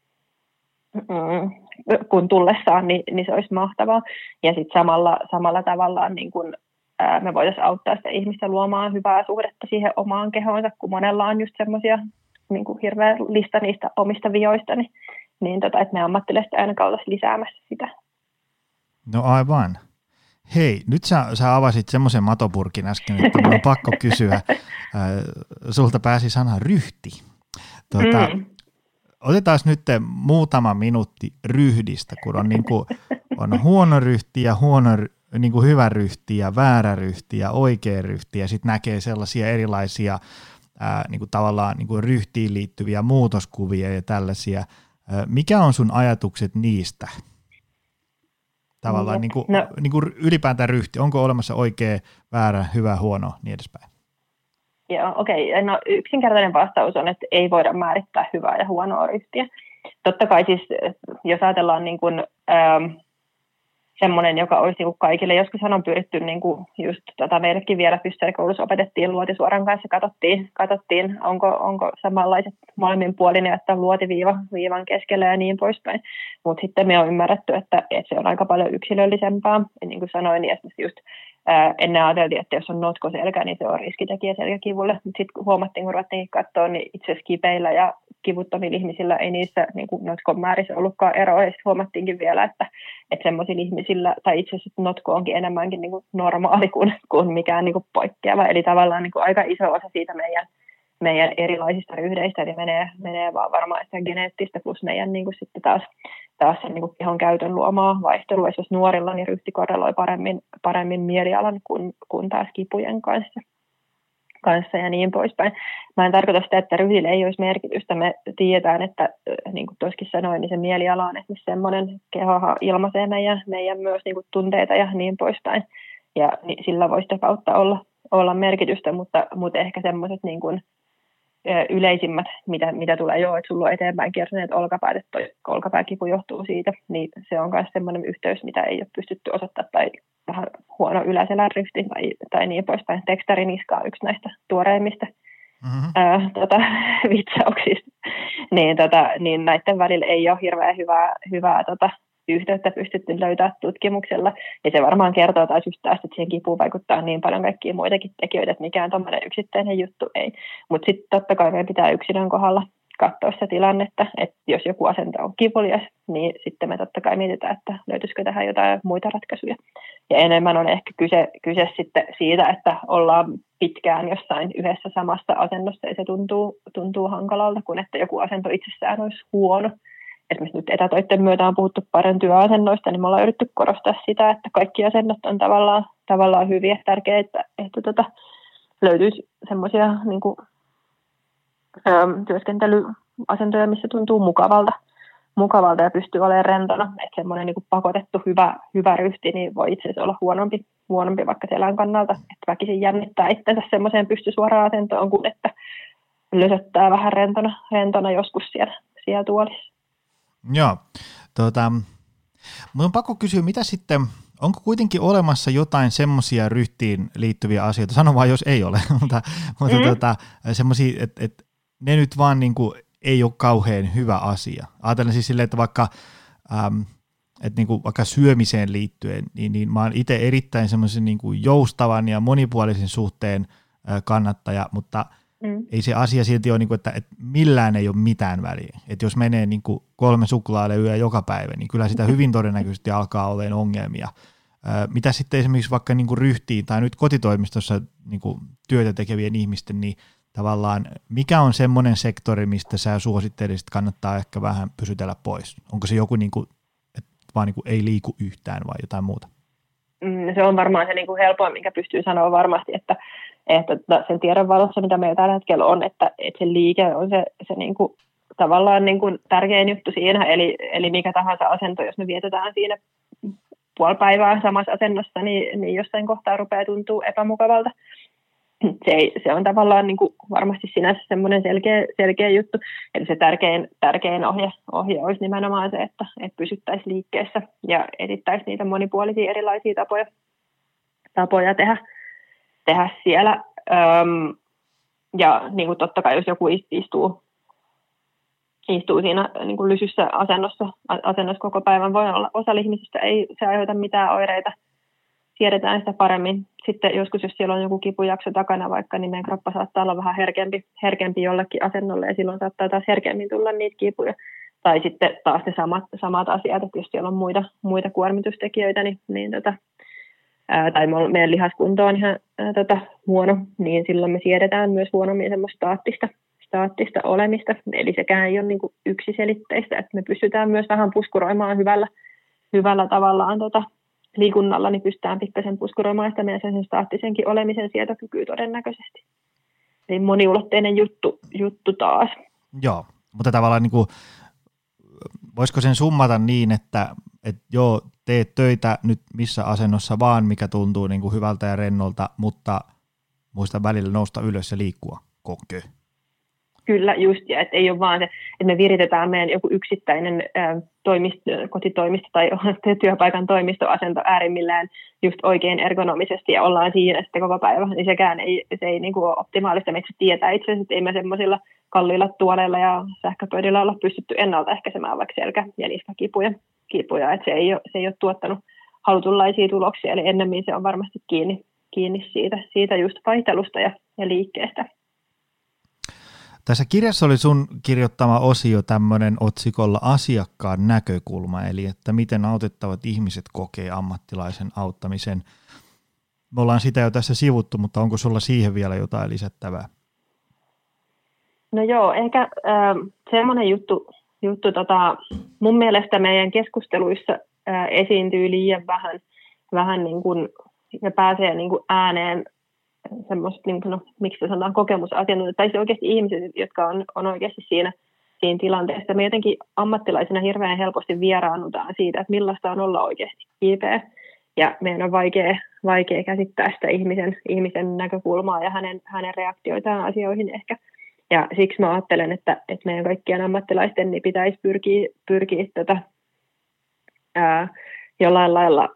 kun tullessaan, niin se olisi mahtavaa. Ja sitten samalla tavallaan niin kun, me voitaisiin auttaa sitä ihmistä luomaan hyvää suhdetta siihen omaan kehoonsa, kun monella on just semmoisia niin kuin hirveä lista niistä omista vioista, että me ammattilaiset ainakaan oltaisiin lisäämässä sitä. No aivan. Hei, nyt sä avasit semmoisen matopurkin äsken, että minun on pakko kysyä. Sulta pääsi sana ryhti. Otetaan nyt muutama minuutti ryhdistä, kun on, on huono ryhti ja hyvä ryhti ja väärä ryhti ja oikea ryhti ja sitten näkee sellaisia erilaisia tavallaan ryhtiin liittyviä muutoskuvia ja tällaisia. Mikä on sun ajatukset niistä? Tavallaan ylipäätään ryhti. Onko olemassa oikea, väärä, hyvä, huono, niin edespäin? Joo, okei. No yksinkertainen vastaus on, että ei voida määrittää hyvää ja huonoa ryhtiä. Totta kai siis, jos ajatellaan niin kuin, semmoinen, joka olisi niin kuin kaikille, joskus on pyritty, niin kuin just meillekin vielä Fyssarikoulussa opetettiin luotisuoran kanssa, katsottiin onko samanlaiset molemminpuolinen, että luotiviivan keskellä ja niin poispäin. Mutta sitten me on ymmärretty, että se on aika paljon yksilöllisempää. Ja niin kuin sanoin, niin esimerkiksi just ennen ajateltiin, että jos on notkoselkä, niin se on riskitekijä selkäkivulle. Mutta sitten kun huomattiin, kun ruvettiin katsoa, niin itse asiassa kipeillä ja kivuttomilla ihmisillä ei niissä niin notkon määrissä ollutkaan eroa. Ja sitten huomattiinkin vielä, että semmoisilla ihmisillä, tai itse asiassa notko onkin enemmänkin niin kuin normaali kuin mikään niin kuin poikkeava. Eli tavallaan niin kuin aika iso osa siitä meidän erilaisista ryhdeistä, eli menee vaan varmaan sitä geneettistä, plus meidän niin kuin sitten taas sen niin kuin kehon käytön luomaa vaihtelua. Jos nuorilla, niin ryhti korreloi paremmin mielialan kuin taas kipujen kanssa ja niin poispäin. Mä en tarkoita sitä, että ryhdillä ei olisi merkitystä. Me tiedetään, että niin kuin tuossakin sanoin, niin se mieliala on esimerkiksi semmoinen, kehohan ilmaisee meidän myös niin kuin tunteita ja niin poispäin. Ja niin sillä voi sitä kautta olla merkitystä, mutta ehkä semmoiset niin kuin yleisimmät, mitä tulee että sulla on eteenpäin kiertäneet olkapäät, että olkapääkipu johtuu siitä, niin se on myös semmoinen yhteys, mitä ei ole pystytty osoittamaan, tai vähän huono yläselän ryhti tai niin poispäin. Tekstäriniska on yksi näistä tuoreimmista vitsauksista. Niin näiden välillä ei ole hirveän hyvää yhteyttä pystytty löytää tutkimuksella. Ja se varmaan kertoo taas just tästä, että siihen kipuun vaikuttaa niin paljon kaikkia muitakin tekijöitä, että mikään tuommoinen yksittäinen juttu ei. Mutta sitten totta kai meidän pitää yksilön kohdalla katsoa se tilannetta, että jos joku asento on kivulias, niin sitten me totta kai mietitään, että löytyisikö tähän jotain muita ratkaisuja. Ja enemmän on ehkä kyse sitten siitä, että ollaan pitkään jossain yhdessä samassa asennossa ja se tuntuu hankalalta, kun että joku asento itsessään olisi huono. Esimerkiksi nyt etätöiden myötä on puhuttu paljon työasennoista, niin me ollaan yritetty korostaa sitä, että kaikki asennot on tavallaan hyviä. Tärkeää, että löytyisi semmoisia niin kuin työskentelyasentoja, missä tuntuu mukavalta ja pystyy olemaan rentona. Että semmoinen niin kuin pakotettu hyvä ryhti niin voi itse asiassa olla huonompi vaikka selän kannalta. Että väkisin jännittää itsensä semmoiseen pystysuoraan asentoon, kun että lösöttää vähän rentona joskus siellä tuolissa. Joo, mutta on pakko kysyä, mitä sitten, onko kuitenkin olemassa jotain semmoisia ryhtiin liittyviä asioita, sano vaan jos ei ole, mutta semmoisia, että ne nyt vaan niin kuin ei ole kauhean hyvä asia. Ajattelen siis silleen, että vaikka että niin kuin vaikka syömiseen liittyen, niin mä oon itse erittäin semmoisen niin kuin joustavan ja monipuolisen suhteen kannattaja, mutta ei se asia silti ole, niin kuin, että millään ei ole mitään väliä. Että jos menee niin kuin 3 suklaalevyä joka päivä, niin kyllä sitä hyvin todennäköisesti alkaa olemaan ongelmia. Mitä sitten esimerkiksi vaikka niin kuin ryhtiin tai nyt kotitoimistossa niin kuin työtä tekevien ihmisten, niin tavallaan mikä on semmoinen sektori, mistä sä suosittelisit, kannattaa ehkä vähän pysytellä pois? Onko se joku, niin kuin, että vaan niin kuin ei liiku yhtään vai jotain muuta? Se on varmaan se niin kuin helpoin, minkä pystyy sanoa varmasti, että sen tiedon valossa, mitä meillä tällä hetkellä on, että se liike on se niin kuin, tavallaan niin kuin tärkein juttu siinä, eli mikä tahansa asento, jos me vietetään siinä puoli päivää samassa asennossa, niin jossain kohtaa rupeaa tuntuu epämukavalta. Se on tavallaan niin kuin varmasti sinänsä semmoinen selkeä juttu. Eli se tärkein ohje olisi nimenomaan se, että pysyttäisiin liikkeessä ja etsittäisiin niitä monipuolisia erilaisia tapoja tehdä siellä. Ja niin kuin totta kai, jos joku istuu siinä niin kuin lysyssä asennossa koko päivän, voi olla osa ihmisistä, ei se aiheuta mitään oireita. Tiedetään sitä paremmin. Sitten joskus, jos siellä on joku kipujakso takana vaikka, niin meidän kroppa saattaa olla vähän herkempi jollekin asennolle, ja silloin saattaa taas herkemmin tulla niitä kipuja. Tai sitten taas ne samat asiat, että jos siellä on muita kuormitustekijöitä, tai meidän lihaskunto on ihan huono, niin silloin me siedetään myös huonommin semmoista staattista olemista. Eli sekään ei ole niin kuin yksiselitteistä, että me pystytään myös vähän puskuroimaan hyvällä tavallaan liikunnalla, niin pystytään pikkasen puskuroimaan sitä meidän sen staattisenkin olemisen sietokykyä todennäköisesti. Eli moniulotteinen juttu taas. Joo, mutta tavallaan niin kuin, voisiko sen summata niin, että joo, teet töitä nyt missä asennossa vaan, mikä tuntuu niin kuin hyvältä ja rennolta, mutta muista välillä nousta ylös ja liikkua, kokö? Kyllä, just, ja että ei ole vaan se, että me viritetään meidän joku yksittäinen kotitoimisto tai työpaikan toimistoasento äärimmillään just oikein ergonomisesti ja ollaan siinä sitten koko päivä, niin sekään ei niin kuin ole optimaalista. Me itse tietää itse asiassa, että ei me semmoisilla kalliilla tuoleilla ja sähköpöydillä olla pystytty ennaltaehkäisemään vaikka selkä- ja niskakipuja, että se ei ole tuottanut halutunlaisia tuloksia, eli ennemmin se on varmasti kiinni siitä just vaihtelusta ja liikkeestä. Tässä kirjassa oli sun kirjoittama osio tämmöinen otsikolla asiakkaan näkökulma, eli että miten autettavat ihmiset kokee ammattilaisen auttamisen. Me ollaan sitä jo tässä sivuttu, mutta onko sulla siihen vielä jotain lisättävää? No joo, ehkä semmoinen juttu mun mielestä meidän keskusteluissa esiintyy liian vähän niin kuin, ja pääsee niin kuin ääneen semmoista, niin kuin, miksi sanotaan kokemusasiantuntijat, tai oikeasti ihmiset, jotka on oikeasti siinä tilanteessa. Me jotenkin ammattilaisena hirveän helposti vieraannutaan siitä, että millaista on olla oikeasti kipeä. Ja meidän on vaikea käsittää sitä ihmisen näkökulmaa ja hänen reaktioitaan asioihin ehkä. Ja siksi mä ajattelen, että meidän kaikkien ammattilaisten niin pitäisi pyrkiä jollain lailla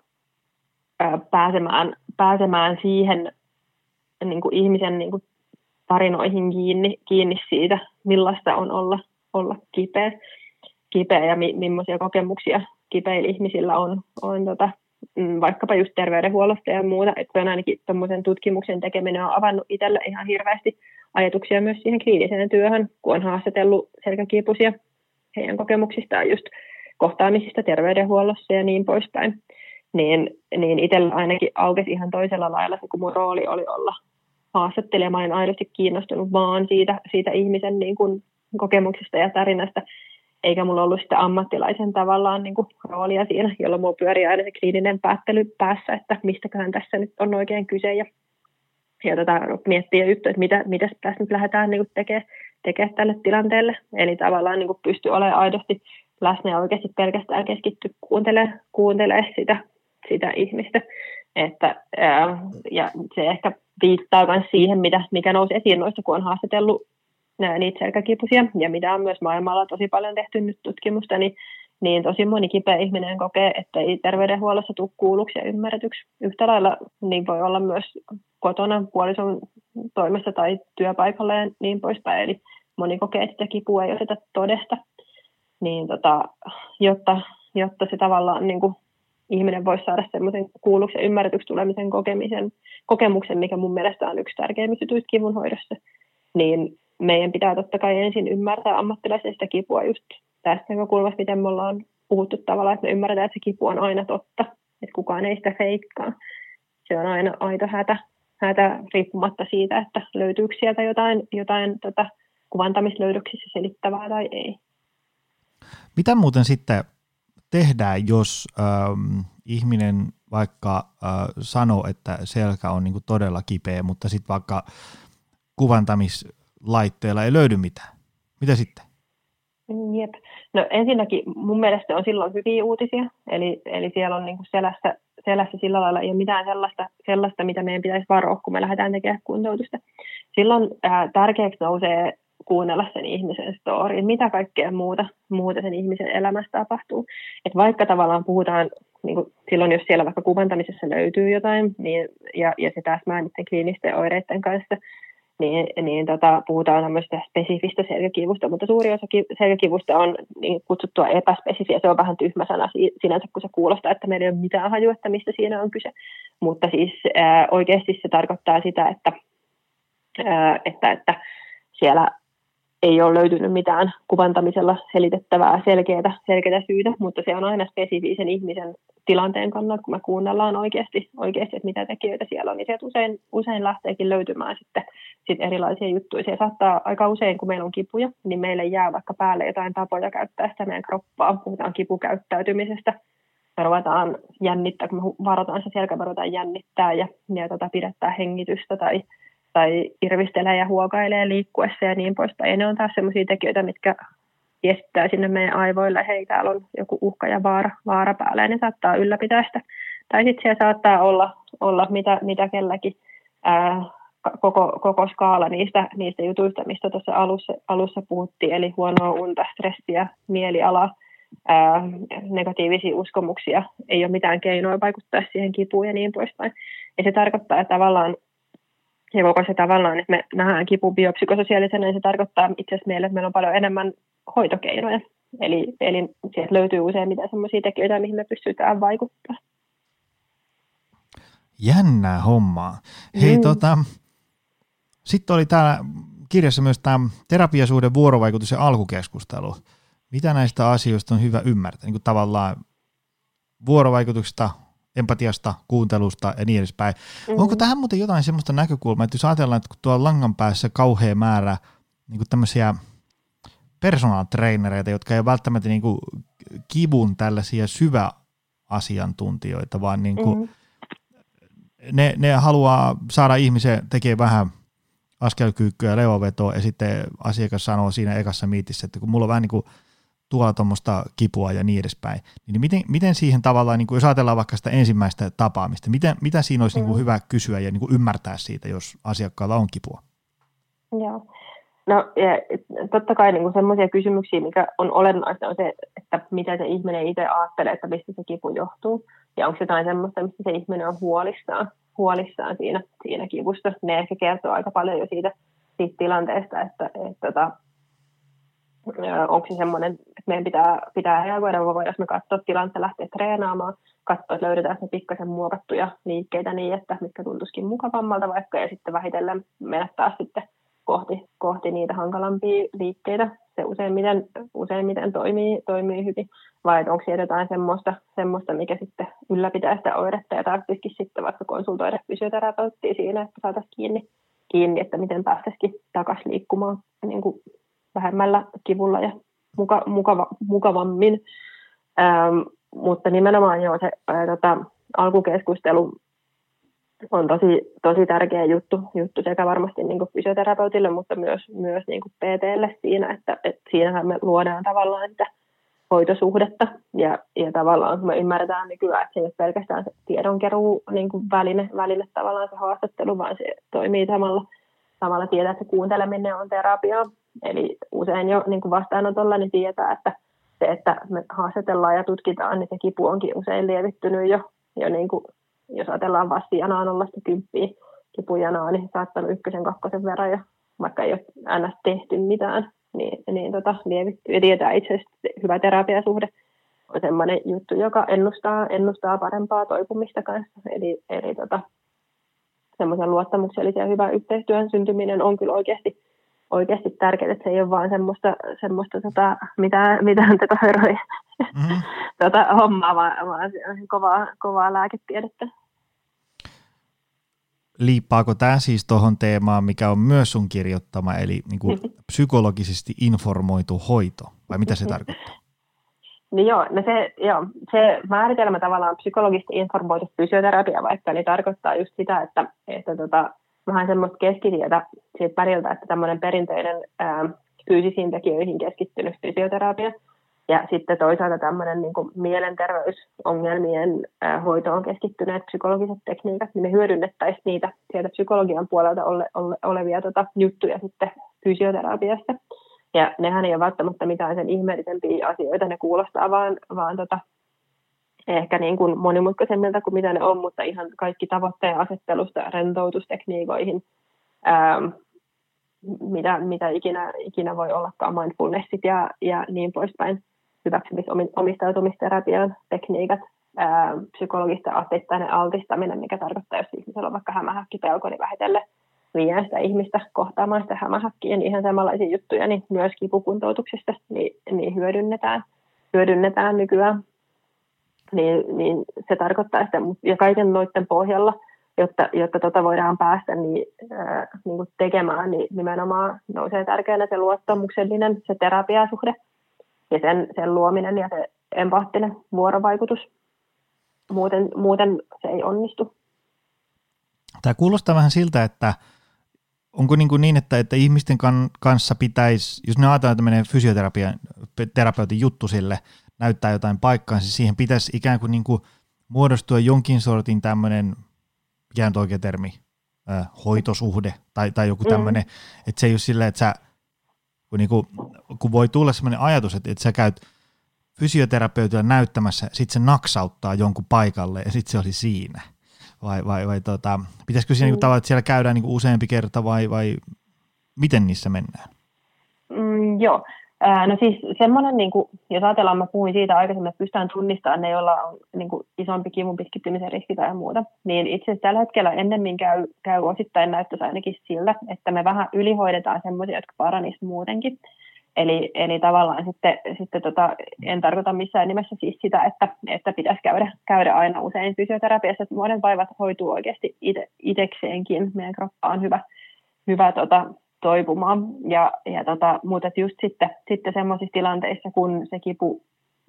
pääsemään siihen niin kuin ihmisen niin kuin tarinoihin kiinni siitä, millaista on olla kipeä ja millaisia kokemuksia kipeillä ihmisillä on vaikkapa just terveydenhuollosta ja muuta. Että on ainakin tuommoisen tutkimuksen tekeminen on avannut itselle ihan hirveästi ajatuksia myös siihen kliiniseen työhön, kun on haastatellut selkäkipuisia heidän kokemuksistaan just kohtaamisista terveydenhuollossa ja niin poispäin. Niin itsellä ainakin aukesi ihan toisella lailla se, kun mun rooli oli olla haastattelija. Mä olin aidosti kiinnostunut vaan siitä ihmisen niin kuin kokemuksesta ja tarinasta, eikä mulla ollut sitä ammattilaisen tavallaan niin kuin roolia siinä, jolloin mulla pyörii aina se kliininen päättely päässä, että mistäköhän tässä nyt on oikein kyse ja miettiä juttu, että mitä tässä nyt lähdetään niin kuin tekemään tälle tilanteelle. Eli tavallaan niin kuin pystyi olemaan aidosti läsnä ja oikeasti pelkästään keskittyä kuuntelemaan sitä ihmistä. Ja se ehkä viittaa myös siihen, mikä nousi esiin noista, kun on haastatellut niitä selkäkipuisia, ja mitä on myös maailmalla tosi paljon tehty nyt tutkimusta, niin tosi moni kipeä ihminen kokee, että ei terveydenhuollossa tule kuulluksi ja ymmärretyksi. Yhtä lailla niin voi olla myös kotona puolison toimesta tai työpaikalla ja niin poispäin. Eli moni kokee, että sitä kipua ei osata todesta. Niin jotta jotta se tavallaan niin kuin ihminen voisi saada semmoisen kuulluksi ja ymmärretyksi tulemisen kokemuksen, mikä mun mielestä on yksi tärkeimmistä jutuista kivun hoidossa, niin meidän pitää totta kai ensin ymmärtää ammattilaisen sitä kipua just tästä näkökulmasta, miten me ollaan puhuttu tavallaan, että me ymmärretään, että se kipu on aina totta, että kukaan ei sitä feikkaa. Se on aina aito hätä riippumatta siitä, että löytyykö sieltä jotain kuvantamislöydöksissä selittävää tai ei. Mitä muuten sitten tehdään, jos ihminen vaikka sanoo, että selkä on niinku todella kipeä, mutta sitten vaikka kuvantamislaitteella ei löydy mitään? Mitä sitten? Jep. No ensinnäkin mun mielestä on silloin hyviä uutisia, eli siellä on niinku selässä sillä lailla ei ole mitään sellaista, mitä meidän pitäisi varoa, kun me lähdetään tekemään kuntoutusta. Silloin tärkeäksi nousee kuunnella sen ihmisen storyin, mitä kaikkea muuta sen ihmisen elämässä tapahtuu. Et vaikka tavallaan puhutaan, niin kuin silloin jos siellä vaikka kuvantamisessa löytyy jotain, niin, ja se täsmää niiden kliinisten oireiden kanssa, niin puhutaan tämmöistä spesifistä selkäkivusta, mutta suuri osa selkäkivusta on niin kutsuttua epäspesifiä. Se on vähän tyhmä sana sinänsä, kun se kuulostaa, että meillä ei ole mitään hajua, että mistä siinä on kyse. Mutta siis oikeasti se tarkoittaa sitä, että siellä ei ole löytynyt mitään kuvantamisella selitettävää selkeää syytä, mutta se on aina spesifi sen ihmisen tilanteen kannalta, kun me kuunnellaan oikeasti että mitä tekijöitä siellä on, niin sieltä usein lähteekin löytymään sitten erilaisia juttuja. Se saattaa aika usein, kun meillä on kipuja, niin meille jää vaikka päälle jotain tapoja käyttää sitä meidän kroppaa. Puhutaan kipukäyttäytymisestä. Me ruvetaan jännittää, kun me varataan se selkä, me ruvetaan jännittää ja pidättää hengitystä tai irvistelee ja huokailee liikkuessa ja niin poispäin. Ja ne on taas sellaisia tekijöitä, mitkä viestittää sinne meidän aivoille, hei, täällä on joku uhka ja vaara päällä, ja ne saattaa ylläpitää sitä. Tai sitten siellä saattaa olla mitä kelläkin koko skaala niistä jutuista, mistä tuossa alussa puhuttiin, eli huonoa unta, stressiä, mielialaa, negatiivisia uskomuksia, ei ole mitään keinoa vaikuttaa siihen kipuun ja niin poispäin. Ja se tarkoittaa, että tavallaan ja koko se tavallaan, että me nähdään kipu biopsykososiaalisena, niin se tarkoittaa itse asiassa meille, että meillä on paljon enemmän hoitokeinoja. Eli sieltä löytyy useimmiten sellaisia tekijöitä, mihin me pystytään vaikuttamaan. Jännää hommaa. Hei, sitten oli täällä kirjassa myös tämä terapiasuhde, vuorovaikutus ja alkukeskustelu. Mitä näistä asioista on hyvä ymmärtää? Niin kuin tavallaan vuorovaikutuksesta, empatiasta, kuuntelusta ja niin edespäin. Onko tähän muuten jotain semmoista näkökulmaa, että jos ajatellaan, että kun tuolla langan päässä kauhea määrä niin kuin tämmöisiä personal trainereita, jotka ei ole välttämättä niin kuin kivun tällaisia syväasiantuntijoita, vaan niin kuin ne haluaa saada ihmisen tekemään vähän askelkyykkyä ja leuavetoa, ja sitten asiakas sanoo siinä ekassa miitissä, että kun mulla on vähän niin kuin tuolla tuommoista kipua ja niin edespäin, niin miten siihen tavallaan, niin kuin jos ajatellaan vaikka sitä ensimmäistä tapaamista, mitä siinä olisi niin kuin hyvä kysyä ja niin kuin ymmärtää siitä, jos asiakkaalla on kipua? Joo. No ja totta kai niin semmoisia kysymyksiä, mikä on olennaista, on se, että mitä se ihminen itse ajattelee, että mistä se kipu johtuu, ja onko jotain semmoista, mistä se ihminen on huolissaan siinä kivusta. Ne ehkä kertoo aika paljon jo siitä tilanteesta, että onko se semmoinen, että meidän pitää reagoida, vai voidaan me katsoa tilannetta, lähteä treenaamaan, katsoa, että löydetään ne pikkasen muokattuja liikkeitä niin, että mitkä tuntuisikin mukavammalta vaikka, ja sitten vähitellen mennä taas sitten kohti niitä hankalampia liikkeitä. Se useimmiten toimii hyvin, vai onko siellä jotain semmoista, mikä sitten ylläpitää sitä oiretta, ja tarvitsisikin sitten vaikka konsultoida fysioterapeuttia siinä, että saataisiin kiinni, että miten päästäisikin takaisin liikkumaan niin kuin vähemmällä kivulla ja mukavammin. Mutta nimenomaan jo se alkukeskustelu on tosi tärkeä juttu sekä varmasti niin kuin fysioterapeutille, mutta myös niin kuin PT:lle siinä, että siinähän me luodaan tavallaan sitä hoitosuhdetta ja tavallaan kun me ymmärretään nykyään, että se ei ole pelkästään se tiedonkeruu niin kuin väline tavallaan se haastattelu, vaan se toimii samalla tietää, että se kuunteleminen on terapiaa. Eli usein jo niin kuin vastaanotolla niin tietää, että se, että me haastatellaan ja tutkitaan, niin se kipu onkin usein lievittynyt jo niin kuin, jos ajatellaan vastijanaa 0-10 kipujanaa, niin saattanut 1-2 verran, ja vaikka ei ole ns. Tehty mitään, niin lievittyy. Ja tietää itse asiassa hyvä terapiasuhde semmoinen juttu, joka ennustaa parempaa toipumista kanssa. Eli semmoisen luottamuksellisen ja hyvän yhteistyön syntyminen on kyllä oikeasti tärkeää, että se ei ole vaan semmoista mitään tekoherroja hommaa, vaan se on kovaa lääketiedettä. Liippaako tämä siis tuohon teemaan, mikä on myös sun kirjoittama, eli niin kuin psykologisesti informoitu hoito, vai mitä se tarkoittaa? Niin se määritelmä tavallaan psykologisesti informoitu fysioterapia vaikka, niin tarkoittaa just sitä, että vähän semmoista keskitietä siitä väliltä, että tämmöinen perinteinen fyysisiin tekijöihin keskittynyt fysioterapia ja sitten toisaalta tämmöinen niin kuin mielenterveysongelmien hoitoon keskittyneet psykologiset tekniikat, niin me hyödynnettäisiin niitä sieltä psykologian puolelta olevia juttuja sitten fysioterapiasta. Ja nehän ei ole välttämättä mitään sen ihmeellisempiä asioita, ne kuulostaa vaan ehkä niin kuin monimutkaisemmilta kuin mitä ne on, mutta ihan kaikki tavoitteen asettelusta rentoutustekniikoihin, mitä ikinä voi ollakaan, mindfulnessit ja niin poispäin, hyväksymis-omistautumisterapian tekniikat, psykologista asteittainen altistaminen, mikä tarkoittaa, jos ihmisellä on vaikka hämähäkkipelko, niin vähitellen viedään sitä ihmistä kohtaamaan sitä hämähäkkiä, niin ihan samanlaisia juttuja, niin myös kipukuntoutuksesta niin hyödynnetään nykyään. Niin se tarkoittaa sitä, ja kaiken noiden pohjalla, jotta voidaan päästä niin kuin tekemään, niin nimenomaan nousee tärkeänä se luottamuksellinen, se terapiasuhde ja sen luominen ja se empaattinen vuorovaikutus. Muuten se ei onnistu. Tämä kuulostaa vähän siltä, että onko niin että ihmisten kanssa pitäisi, jos ne ajatellaan, että menee fysioterapeutin juttu sille, näyttää jotain paikkaa, siis siihen pitäisi ikään kuin muodostua jonkin sortin tämmöinen, mikä on oikea termi, hoitosuhde tai joku tämmöinen, että se ei ole silleen, että sä, kun voi tulla semmoinen ajatus, että sä käyt fysioterapeutilla näyttämässä, sit se naksauttaa jonkun paikalle ja sitten se oli siinä. Vai pitäisikö siinä tavalla, että siellä käydään useampi kerta vai miten niissä mennään? Joo. No siis semmoinen, jos ajatellaan, mä puhuin siitä aikaisemmin, että pystytään tunnistamaan ne, joilla on isompi kivun pitkittymisen riski tai muuta, niin itse asiassa tällä hetkellä ennemmin käy osittain näyttäisi ainakin sillä, että me vähän ylihoidetaan semmoisia, jotka paranisivat muutenkin. Eli tavallaan sitten en tarkoita missään nimessä siis sitä, että pitäisi käydä aina usein fysioterapiassa, että monet vaivat hoituu oikeasti itsekseenkin. Meidän kroppa on hyvä toipumaan. Mutta just sitten semmoisissa tilanteissa, kun se kipu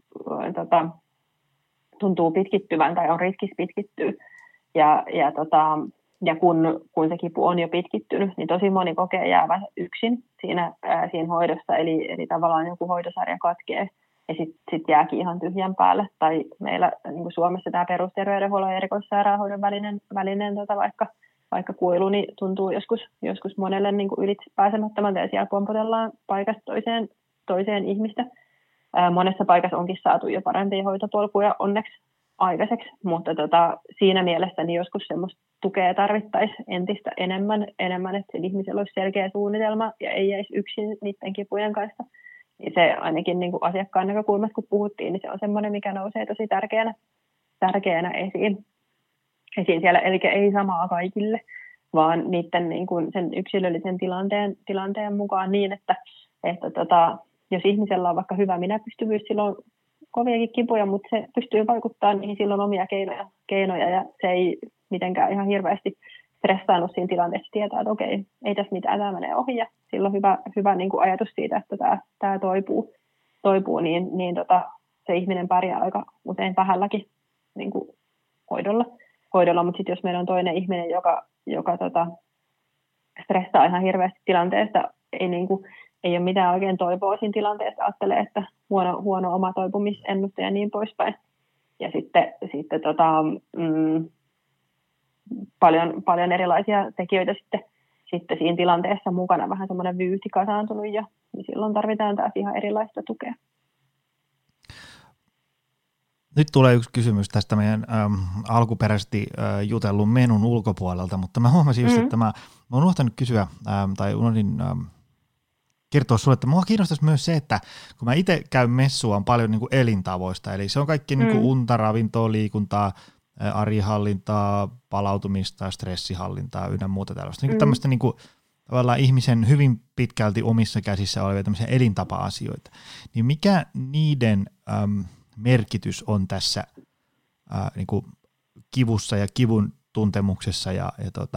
tuntuu pitkittyvän tai on riskis pitkittyä ja kun se kipu on jo pitkittynyt, niin tosi moni kokee jäävän yksin siinä hoidossa, eli tavallaan joku hoitosarja katkee ja sit jääkin ihan tyhjän päälle. Tai meillä niin kuin Suomessa tämä perusterveydenhuollon ja erikoissairaanhoidon välinen vaikka kuilu niin tuntuu joskus monelle niin kuin ylitse pääsemättömältä ja siellä pompotellaan paikasta toiseen ihmistä. Monessa paikassa onkin saatu jo parempia hoitopolkuja onneksi aikaiseksi, mutta siinä mielessä niin joskus semmoista tukea tarvittaisiin entistä enemmän, että ihmisellä olisi selkeä suunnitelma ja ei jäisi yksin niiden kipujen kanssa. Niin se ainakin niin kuin asiakkaan näkökulmasta, kun puhuttiin, niin se on semmoinen, mikä nousee tosi tärkeänä esiin siellä. Eli ei samaa kaikille, vaan niiden niin kuin sen yksilöllisen tilanteen mukaan niin, että jos ihmisellä on vaikka hyvä minäpystyvyys, silloin koviakin kipuja, mutta se pystyy vaikuttamaan niihin silloin omia keinoja ja se ei mitenkään ihan hirveästi stressaanut siinä tilanteessa tietää, että okei, ei tässä mitään, tämä menee ohi ja silloin hyvä niin kuin ajatus siitä, että tämä toipuu niin se ihminen pärjää aika usein vähälläkin niin kuin hoidolla, mutta sitten jos meillä on toinen ihminen, joka stressaa ihan hirveästi tilanteesta, ei ole mitään oikein toivoa siinä tilanteessa, ajattelee, että huono oma toipumisennuste ja niin poispäin. Ja sitten paljon erilaisia tekijöitä sitten siinä tilanteessa mukana, vähän semmoinen vyyhti kasaantunut ja niin silloin tarvitaan taas ihan erilaista tukea. Nyt tulee yksi kysymys tästä meidän alkuperäisesti jutellun menun ulkopuolelta, mutta mä huomasin just, että mä unohtanut kysyä tai unohdin kertoa sulle, että mua kiinnostaisi myös se, että kun mä itse käyn messua, on paljon niin kuin elintavoista, eli se on kaikki niin kuin unta, ravintoa, liikuntaa, arjenhallintaa, palautumista, stressihallintaa ynnä muuta tällaista. Niin kuin tämmöistä niin kuin, tavallaan ihmisen hyvin pitkälti omissa käsissä olevia tämmöisiä elintapa-asioita. Niin mikä niiden merkitys on tässä niin kuin kivussa ja kivun tuntemuksessa ja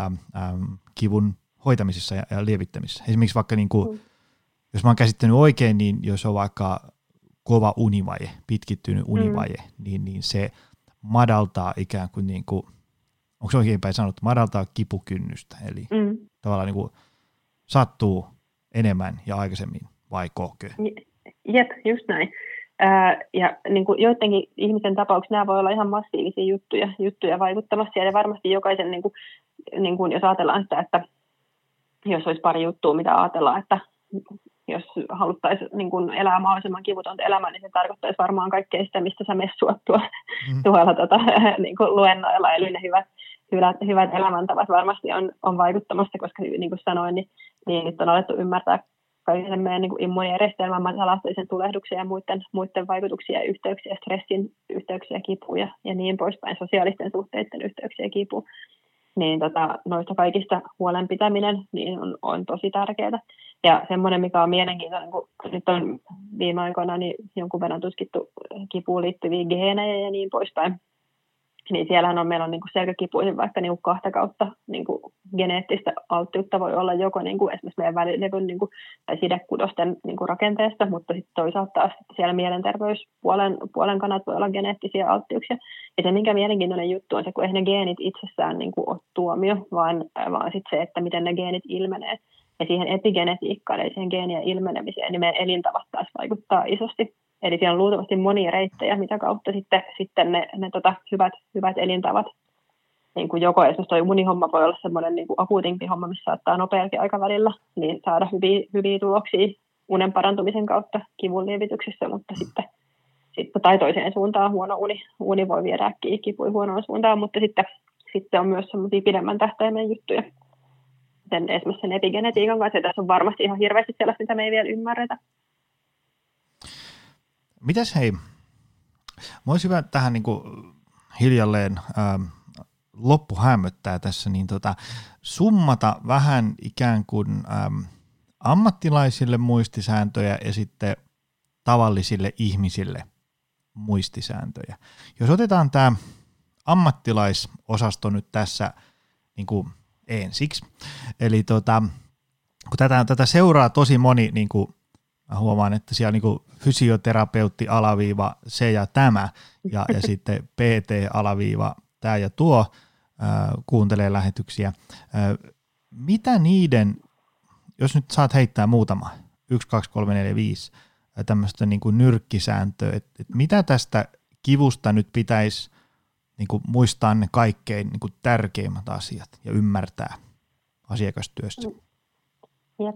kivun hoitamisessa ja lievittämisessä? Esimerkiksi vaikka, niin kuin, jos mä oon käsittänyt oikein, niin jos on vaikka kova univaje, pitkittynyt univaje, niin se madaltaa ikään kuin, onko se oikein päin sanottu, madaltaa kipukynnystä, eli tavallaan niin kuin sattuu enemmän ja aikaisemmin, vai kohkö? Jep, just näin. Ja niin kuin joidenkin ihmisen tapauksessa nämä voi olla ihan massiivisia juttuja vaikuttamassa, ja varmasti jokaisen, niin kuin jos ajatellaan sitä, että jos olisi pari juttua, mitä ajatellaan, että jos haluttaisiin niin kuin elää mahdollisimman kivutonta elämää, niin se tarkoittaisi varmaan kaikkea sitä, mistä sä messuat tuolla niin kuin luennoilla. Eli ne hyvät elämäntavat varmasti on vaikuttamassa, koska niin kuin sanoin, niin nyt on alettu ymmärtää kaiken meidän niin kuin immuunijärjestelmän matalasteisen tulehduksen ja muiden vaikutuksia ja yhteyksiä, stressin yhteyksiä, kipuja ja niin poispäin, sosiaalisten suhteiden yhteyksiä ja kipuja. Niin noista kaikista huolen pitäminen niin on tosi tärkeää. Ja semmoinen, mikä on mielenkiintoinen, kun nyt on viime aikoina niin jonkun verran tutkittu kipuun liittyviä geenejä ja niin poispäin, niin siellähän meillä on niin kuin selkäkipuihin vaikka niin kuin 2 kautta niin kuin geneettistä alttiutta voi olla joko niin kuin esimerkiksi meidän välilevyn niin kuin, tai sidekudosten niin kuin rakenteesta, mutta sitten toisaalta taas siellä mielenterveyspuolen kannat voi olla geneettisiä alttiuksia. Ja se, minkä mielenkiintoinen juttu on se, kun ei ne geenit itsessään niin kuin ole tuomio, vaan sitten se, että miten ne geenit ilmenee. Ja siihen epigenetiikkaan, eli siihen geenien ilmenemiseen, niin meidän elintavat taas vaikuttaa isosti. Eli siellä on luultavasti monia reittejä, mitä kautta sitten ne hyvät elintavat, niin kuin joko esimerkiksi tuo unihomma voi olla semmoinen niin kuin akuutimpi homma, missä saattaa nopeallakin aikavälillä, niin saada hyviä tuloksia unen parantumisen kautta kivun lievityksessä, mutta sitten tai toiseen suuntaan huono uni voi viedä äkkiä kipuja huonoon suuntaan, mutta sitten on myös semmoisia pidemmän tähtäimen juttuja. Esimerkiksi sen epigenetiikan kanssa, ja tässä on varmasti ihan hirveästi sellaista, mitä me ei vielä ymmärretä. Mitäs hei, mä olisi hyvä tähän niin kuin hiljalleen loppu hämmöttää tässä, niin summata vähän ikään kuin ammattilaisille muistisääntöjä ja sitten tavallisille ihmisille muistisääntöjä. Jos otetaan tämä ammattilaisosasto nyt tässä niin kuin ensiksi, eli kun tätä seuraa tosi moni, niin kuin mä huomaan, että siellä niin kuin fysioterapeutti alaviiva se ja tämä ja sitten PT alaviiva tämä ja tuo kuuntelee lähetyksiä. Mitä niiden, jos nyt saat heittää muutama, 1, 2, 3, 4, 5 tämmöistä niin kuin nyrkkisääntöä, että mitä tästä kivusta nyt pitäisi niin kuin muistaa ne kaikkein niin kuin tärkeimmät asiat ja ymmärtää asiakastyössä? Jep.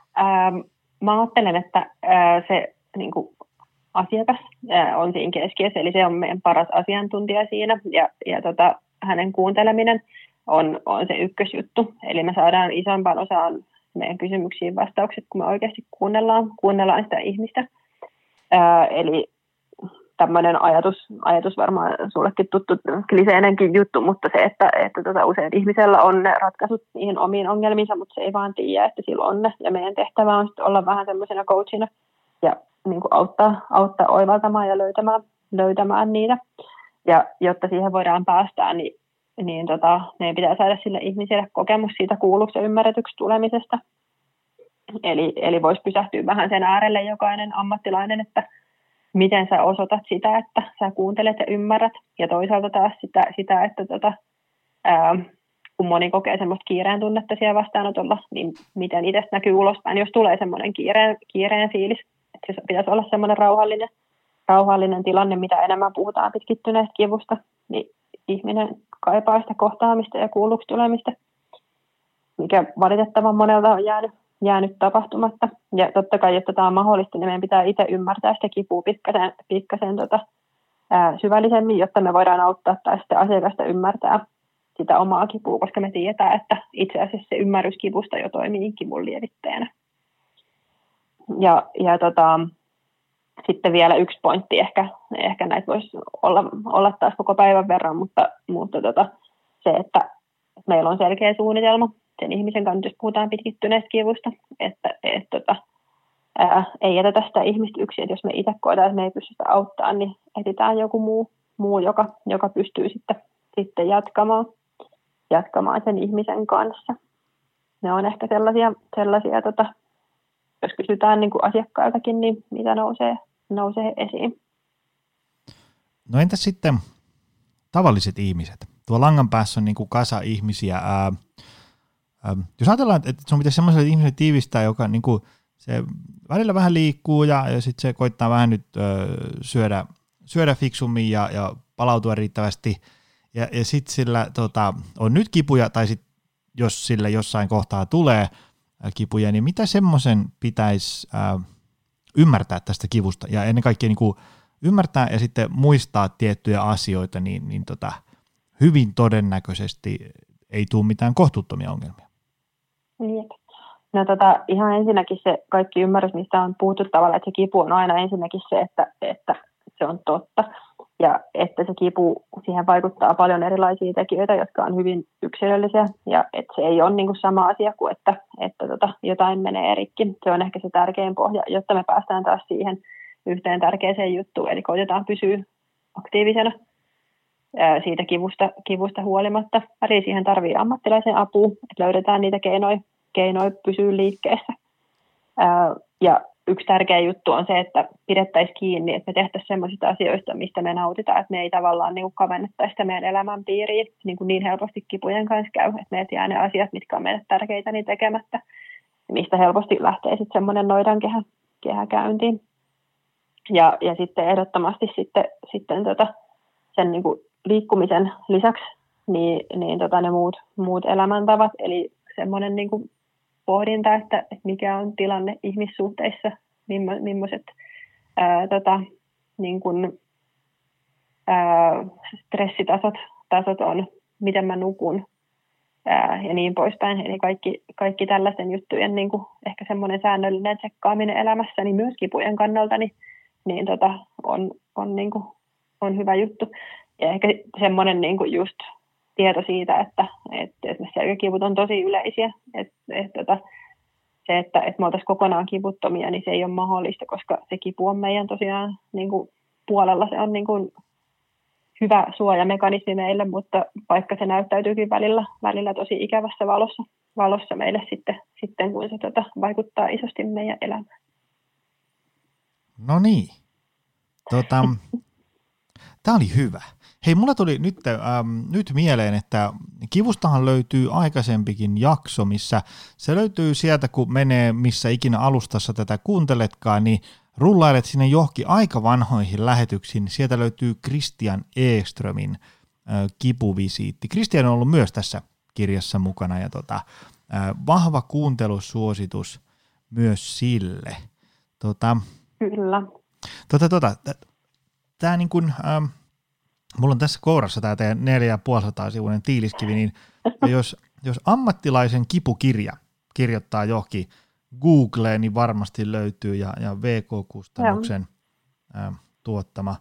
Mä ajattelen, että se niin kuin asiakas on siinä keskiössä, eli se on meidän paras asiantuntija siinä, ja hänen kuunteleminen on se ykkösjuttu. Eli me saadaan isompaan osaan meidän kysymyksiin vastaukset, kun me oikeasti kuunnellaan sitä ihmistä. Eli tämmöinen ajatus varmaan sullekin tuttu kliseinenkin juttu, mutta se, että usein ihmisellä on ne ratkaisut niihin omiin ongelmiinsa, mutta se ei vaan tiedä, että sillä on ne. Ja meidän tehtävä on sitten olla vähän semmoisena coachina ja niin kuin auttaa oivaltamaan ja löytämään niitä. Ja jotta siihen voidaan päästä, niin meidän pitää saada sille ihmiselle kokemus siitä kuulluksi ja ymmärretyksi tulemisesta. Eli voisi pysähtyä vähän sen äärelle jokainen ammattilainen, että miten sä osoitat sitä, että sä kuuntelet ja ymmärrät. Ja toisaalta taas sitä että kun moni kokee semmoista kiireen tunnetta siellä vastaanotolla, niin miten itse näkyy ulospäin, jos tulee semmoinen kiireen fiilis. Että se pitäisi olla semmoinen rauhallinen tilanne, mitä enemmän puhutaan pitkittyneestä kivusta, niin ihminen kaipaa sitä kohtaamista ja kuulluksi tulemista, mikä valitettavan monelta on jäänyt tapahtumatta. Ja totta kai, jotta tämä on mahdollista, niin meidän pitää itse ymmärtää sitä kipua pikkasen syvällisemmin, jotta me voidaan auttaa taas sitä asiakasta ymmärtää sitä omaa kipua, koska me tiedetään, että itse asiassa se ymmärrys kivusta jo toimii kivun lievittäjänä. Sitten vielä yksi pointti, ehkä näitä voisi olla taas koko päivän verran, mutta se, että meillä on selkeä suunnitelma sen ihmisen kanssa, jos puhutaan pitkittyneestä kivusta, että ei jätetä sitä ihmistä yksin, että jos me itse koetaan, että me ei pysty sitä auttamaan, niin etsitään joku muu joka pystyy sitten jatkamaan sen ihmisen kanssa. Ne on ehkä sellaisia jos kysytään niin kuin asiakkailtakin, niin mitä nousee esiin. No entäs sitten tavalliset ihmiset? Tuo langan päässä on niin kuin kasa ihmisiä. Jos ajatellaan, että sun pitäisi sellaiselle ihmiselle tiivistää, joka niin kuin se välillä vähän liikkuu ja sitten se koittaa vähän nyt syödä fiksummin ja palautua riittävästi. Ja sitten sillä on nyt kipuja, tai sitten jos sille jossain kohtaa tulee kipuja, niin mitä semmoisen pitäisi ymmärtää tästä kivusta? Ja ennen kaikkea niin kuin ymmärtää ja sitten muistaa tiettyjä asioita, niin hyvin todennäköisesti ei tule mitään kohtuuttomia ongelmia. Niin. No ihan ensinnäkin se kaikki ymmärrys, mistä on puhuttu tavallaan, että se kipu on aina ensinnäkin se, että se on totta. Ja että se kipu, siihen vaikuttaa paljon erilaisia tekijöitä, jotka on hyvin yksilöllisiä. Ja että se ei ole niin kuin sama asia kuin, että jotain menee rikki. Se on ehkä se tärkein pohja, jotta me päästään taas siihen yhteen tärkeäseen juttuun. Eli koitetaan pysyä aktiivisena siitä kivusta huolimatta. Eli siihen tarvii ammattilaisen apua, että löydetään niitä keinoja pysyä liikkeessä. Ja yksi tärkeä juttu on se, että pidettäisiin kiinni, että me tehtäisiin sellaisista asioista, mistä me nautitaan, että me ei tavallaan niin kavennettaisi sitä meidän elämänpiiriin niin helposti kipujen kanssa käy, että meiltä jää ne asiat, mitkä on meille tärkeitä, niin tekemättä, mistä helposti lähtee sitten semmoinen noidankehä käyntiin. Ja sitten ehdottomasti sitten sen niin kuin liikkumisen lisäksi niin ne muut elämäntavat, eli semmoinen niin kuin pohdinta, että mikä on tilanne ihmissuhteissa, millaiset niin kuin, stressitasot on, miten mä nukun ja niin poispäin. Eli kaikki tällaisen juttujen niin kuin ehkä semmoinen säännöllinen tsekkaaminen elämässä, niin myös kipujen kannalta on hyvä juttu. Ja ehkä semmoinen niin kuin just tieto siitä, että esimerkiksi selkäkivut on tosi yleisiä. Se, että me oltaisiin kokonaan kivuttomia, niin se ei ole mahdollista, koska se kipu on meidän tosiaan niin kuin puolella. Se on niin kuin hyvä suojamekanismi meille, mutta vaikka se näyttäytyykin välillä tosi ikävässä valossa meille sitten kun se vaikuttaa isosti meidän elämään. No niin. Tämä oli hyvä. Hei, mulla tuli nyt mieleen, että kivustahan löytyy aikaisempikin jakso, missä se löytyy sieltä, kun menee missä ikinä alustassa tätä kuunteletkaan, niin rullailet sinne johonkin aika vanhoihin lähetyksiin. Sieltä löytyy Christian Ekströmin kipuvisiitti. Christian on ollut myös tässä kirjassa mukana ja vahva kuuntelusuositus myös sille. Kyllä. Tämä niin kuin, mulla on tässä kourassa tämä teidän 4500-sivuinen tiiliskivi, niin jos ammattilaisen kipukirja kirjoittaa johonkin Googleen, niin varmasti löytyy ja VK-kustannuksen tuottama.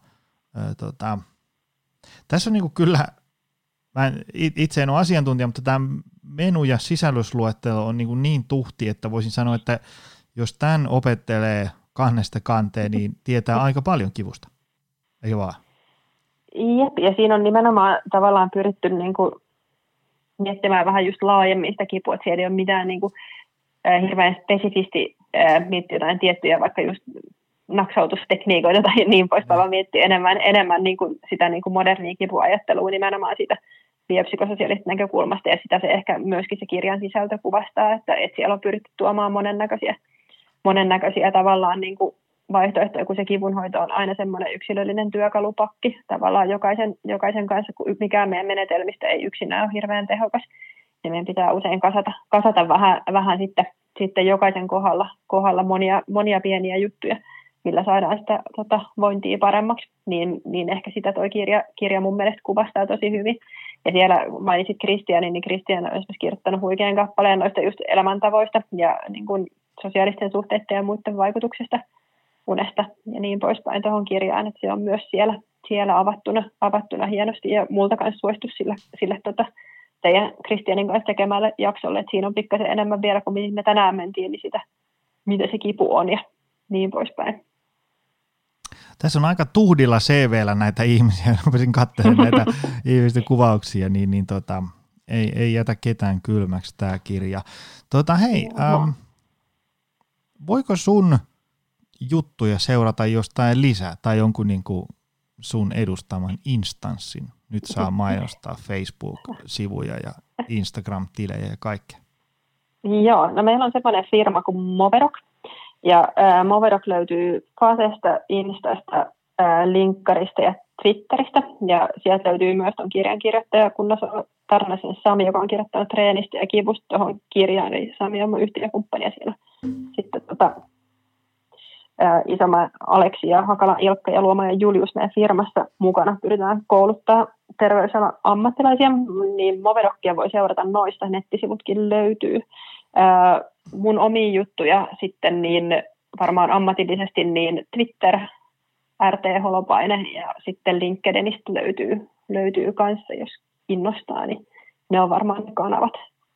Tässä on niin kuin kyllä, mä itse en ole asiantuntija, mutta tämä menu- ja sisällysluettelo on niin tuhti, että voisin sanoa, että jos tämän opettelee kannesta kanteen, niin tietää aika paljon kivusta. Eikö vaan? Jep, ja siinä on nimenomaan tavallaan pyritty niin kuin miettimään vähän just laajemmin sitä kipua, että siellä ei ole mitään niin kuin, hirveän spesifisti miettiä jotain tiettyjä vaikka just naksautustekniikoita tai niin poispäin, vaan miettiä enemmän niin kuin sitä niin kuin modernia kipuajattelua nimenomaan siitä biopsykososiaalisesta näkökulmasta, ja sitä se ehkä myöskin se kirjan sisältö kuvastaa, että siellä on pyritty tuomaan monennäköisiä tavallaan niin kuin vaihtoehtoja, kun se kivunhoito on aina semmoinen yksilöllinen työkalupakki tavallaan jokaisen kanssa, kun mikään meidän menetelmistä ei yksinään ole hirveän tehokas, niin meidän pitää usein kasata vähän sitten jokaisen kohdalla monia pieniä juttuja, millä saadaan sitä vointia paremmaksi, niin ehkä sitä toi kirja mun mielestä kuvastaa tosi hyvin. Ja siellä mainitsit Christianin, niin Christian on esimerkiksi kirjoittanut huikean kappaleen noista just elämäntavoista, ja niin kun sosiaalisten suhteiden ja muiden vaikutuksista unesta ja niin poispäin tuohon kirjaan, että se on myös siellä avattuna hienosti ja multa kanssa suositus sille teidän Kristianin kanssa tekemälle jaksolle, että siinä on pikkasen enemmän vielä kuin mihin me tänään mentiin, niin sitä, mitä se kipu on ja niin poispäin. Tässä on aika tuhdilla CV:llä näitä ihmisiä, rupesin katselemaan näitä ihmisten kuvauksia, niin ei jätä ketään kylmäksi tämä kirja. Hei, voiko sun juttuja seurata jostain lisää tai jonkun niin kuin sun edustaman instanssin? Nyt saa mainostaa Facebook-sivuja ja Instagram-tilejä ja kaikkea. Joo, no meillä on semmoinen firma kuin Moverock. Ja Moverock löytyy Fasesta, Instasta, Linkkarista ja Twitteristä. Ja sieltä löytyy myös tuon kirjan kirjoittaja Kunnossa Tarnasen Sami, joka on kirjoittanut treenistä ja kivusta tuohon kirjaan. Eli Sami on mun yhtiökumppani ja siellä sitten Isomäen Aleksi ja Hakalan Ilkka ja Luomajan Julius meidän firmassa mukana. Pyritään kouluttaa terveysalan ammattilaisia, niin Moverockia voi seurata noista, nettisivutkin löytyy. Mun omia juttuja sitten niin varmaan ammatillisesti niin Twitter, RT Holopainen ja sitten LinkedInistä löytyy kanssa, jos innostaa, niin ne on varmaan ne kanavat.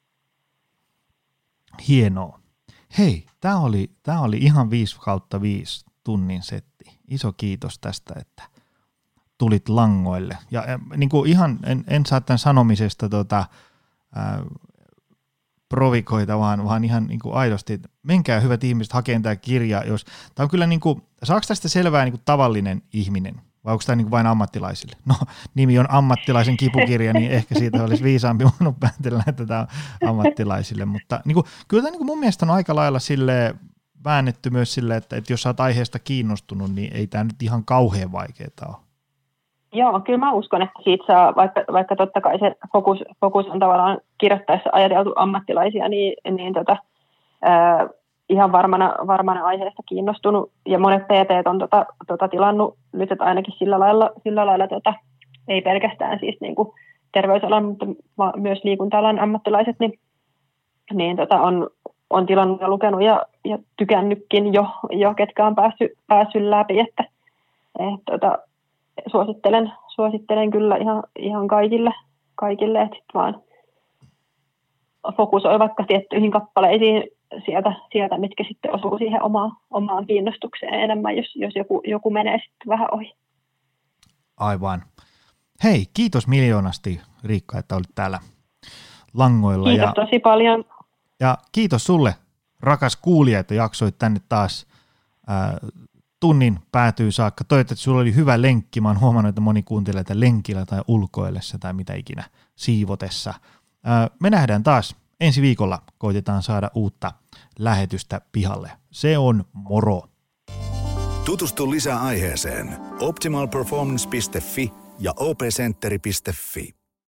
Hienoa. Hei, tämä oli ihan 5/5 tunnin setti. Iso kiitos tästä, että tulit langoille. Ja niin kuin ihan, en saa tämän sanomisesta provikoita, vaan ihan niin kuin aidosti, menkää hyvät ihmiset hakemaan tämä kirja. Tämä on kyllä, niin kuin, saako tästä selvää niin kuin tavallinen ihminen, vai onko tämä niin kuin vain ammattilaisille? No, nimi on ammattilaisen kipukirja, niin ehkä siitä olisi viisaampi minun päätellä, että tämä on ammattilaisille. Mutta niin kuin, kyllä tämä niin kuin mun mielestä on aika lailla väännetty myös silleen, että jos sä oot aiheesta kiinnostunut, niin ei tämä nyt ihan kauhean vaikeaa ole. Joo, kyllä mä uskon, että siitä saa, vaikka totta kai se fokus on tavallaan kirjoittaessa ajateltu ammattilaisia, niin ihan varmana aiheesta kiinnostunut. Ja monet PT on tilannut nyt, että ainakin sillä lailla ei pelkästään siis niin kuin terveysalan, mutta myös liikunta-alan ammattilaiset, niin on tilannut ja lukenut ja tykännytkin jo ketkä on päässyt läpi, että suosittelen kyllä ihan kaikille, että vaan fokusoi vaikka tiettyihin kappaleisiin sieltä mitkä sitten osuu siihen omaan kiinnostukseen enemmän, jos joku menee sitten vähän ohi. Aivan. Hei, kiitos miljoonasti Riikka, että olit täällä langoilla. Kiitos tosi paljon. Ja kiitos sulle, rakas kuulija, että jaksoit tänne taas tunnin päätyy saakka. Toivottavasti sulla oli hyvä lenkki. Mä oon huomannut, että moni kuuntelee tätä lenkillä tai ulkoillessa tai mitä ikinä siivotessa. Me nähdään taas ensi viikolla. Koitetaan saada uutta lähetystä pihalle. Se on moro. Tutustu lisää aiheeseen optimalperformance.fi ja opcenteri.fi.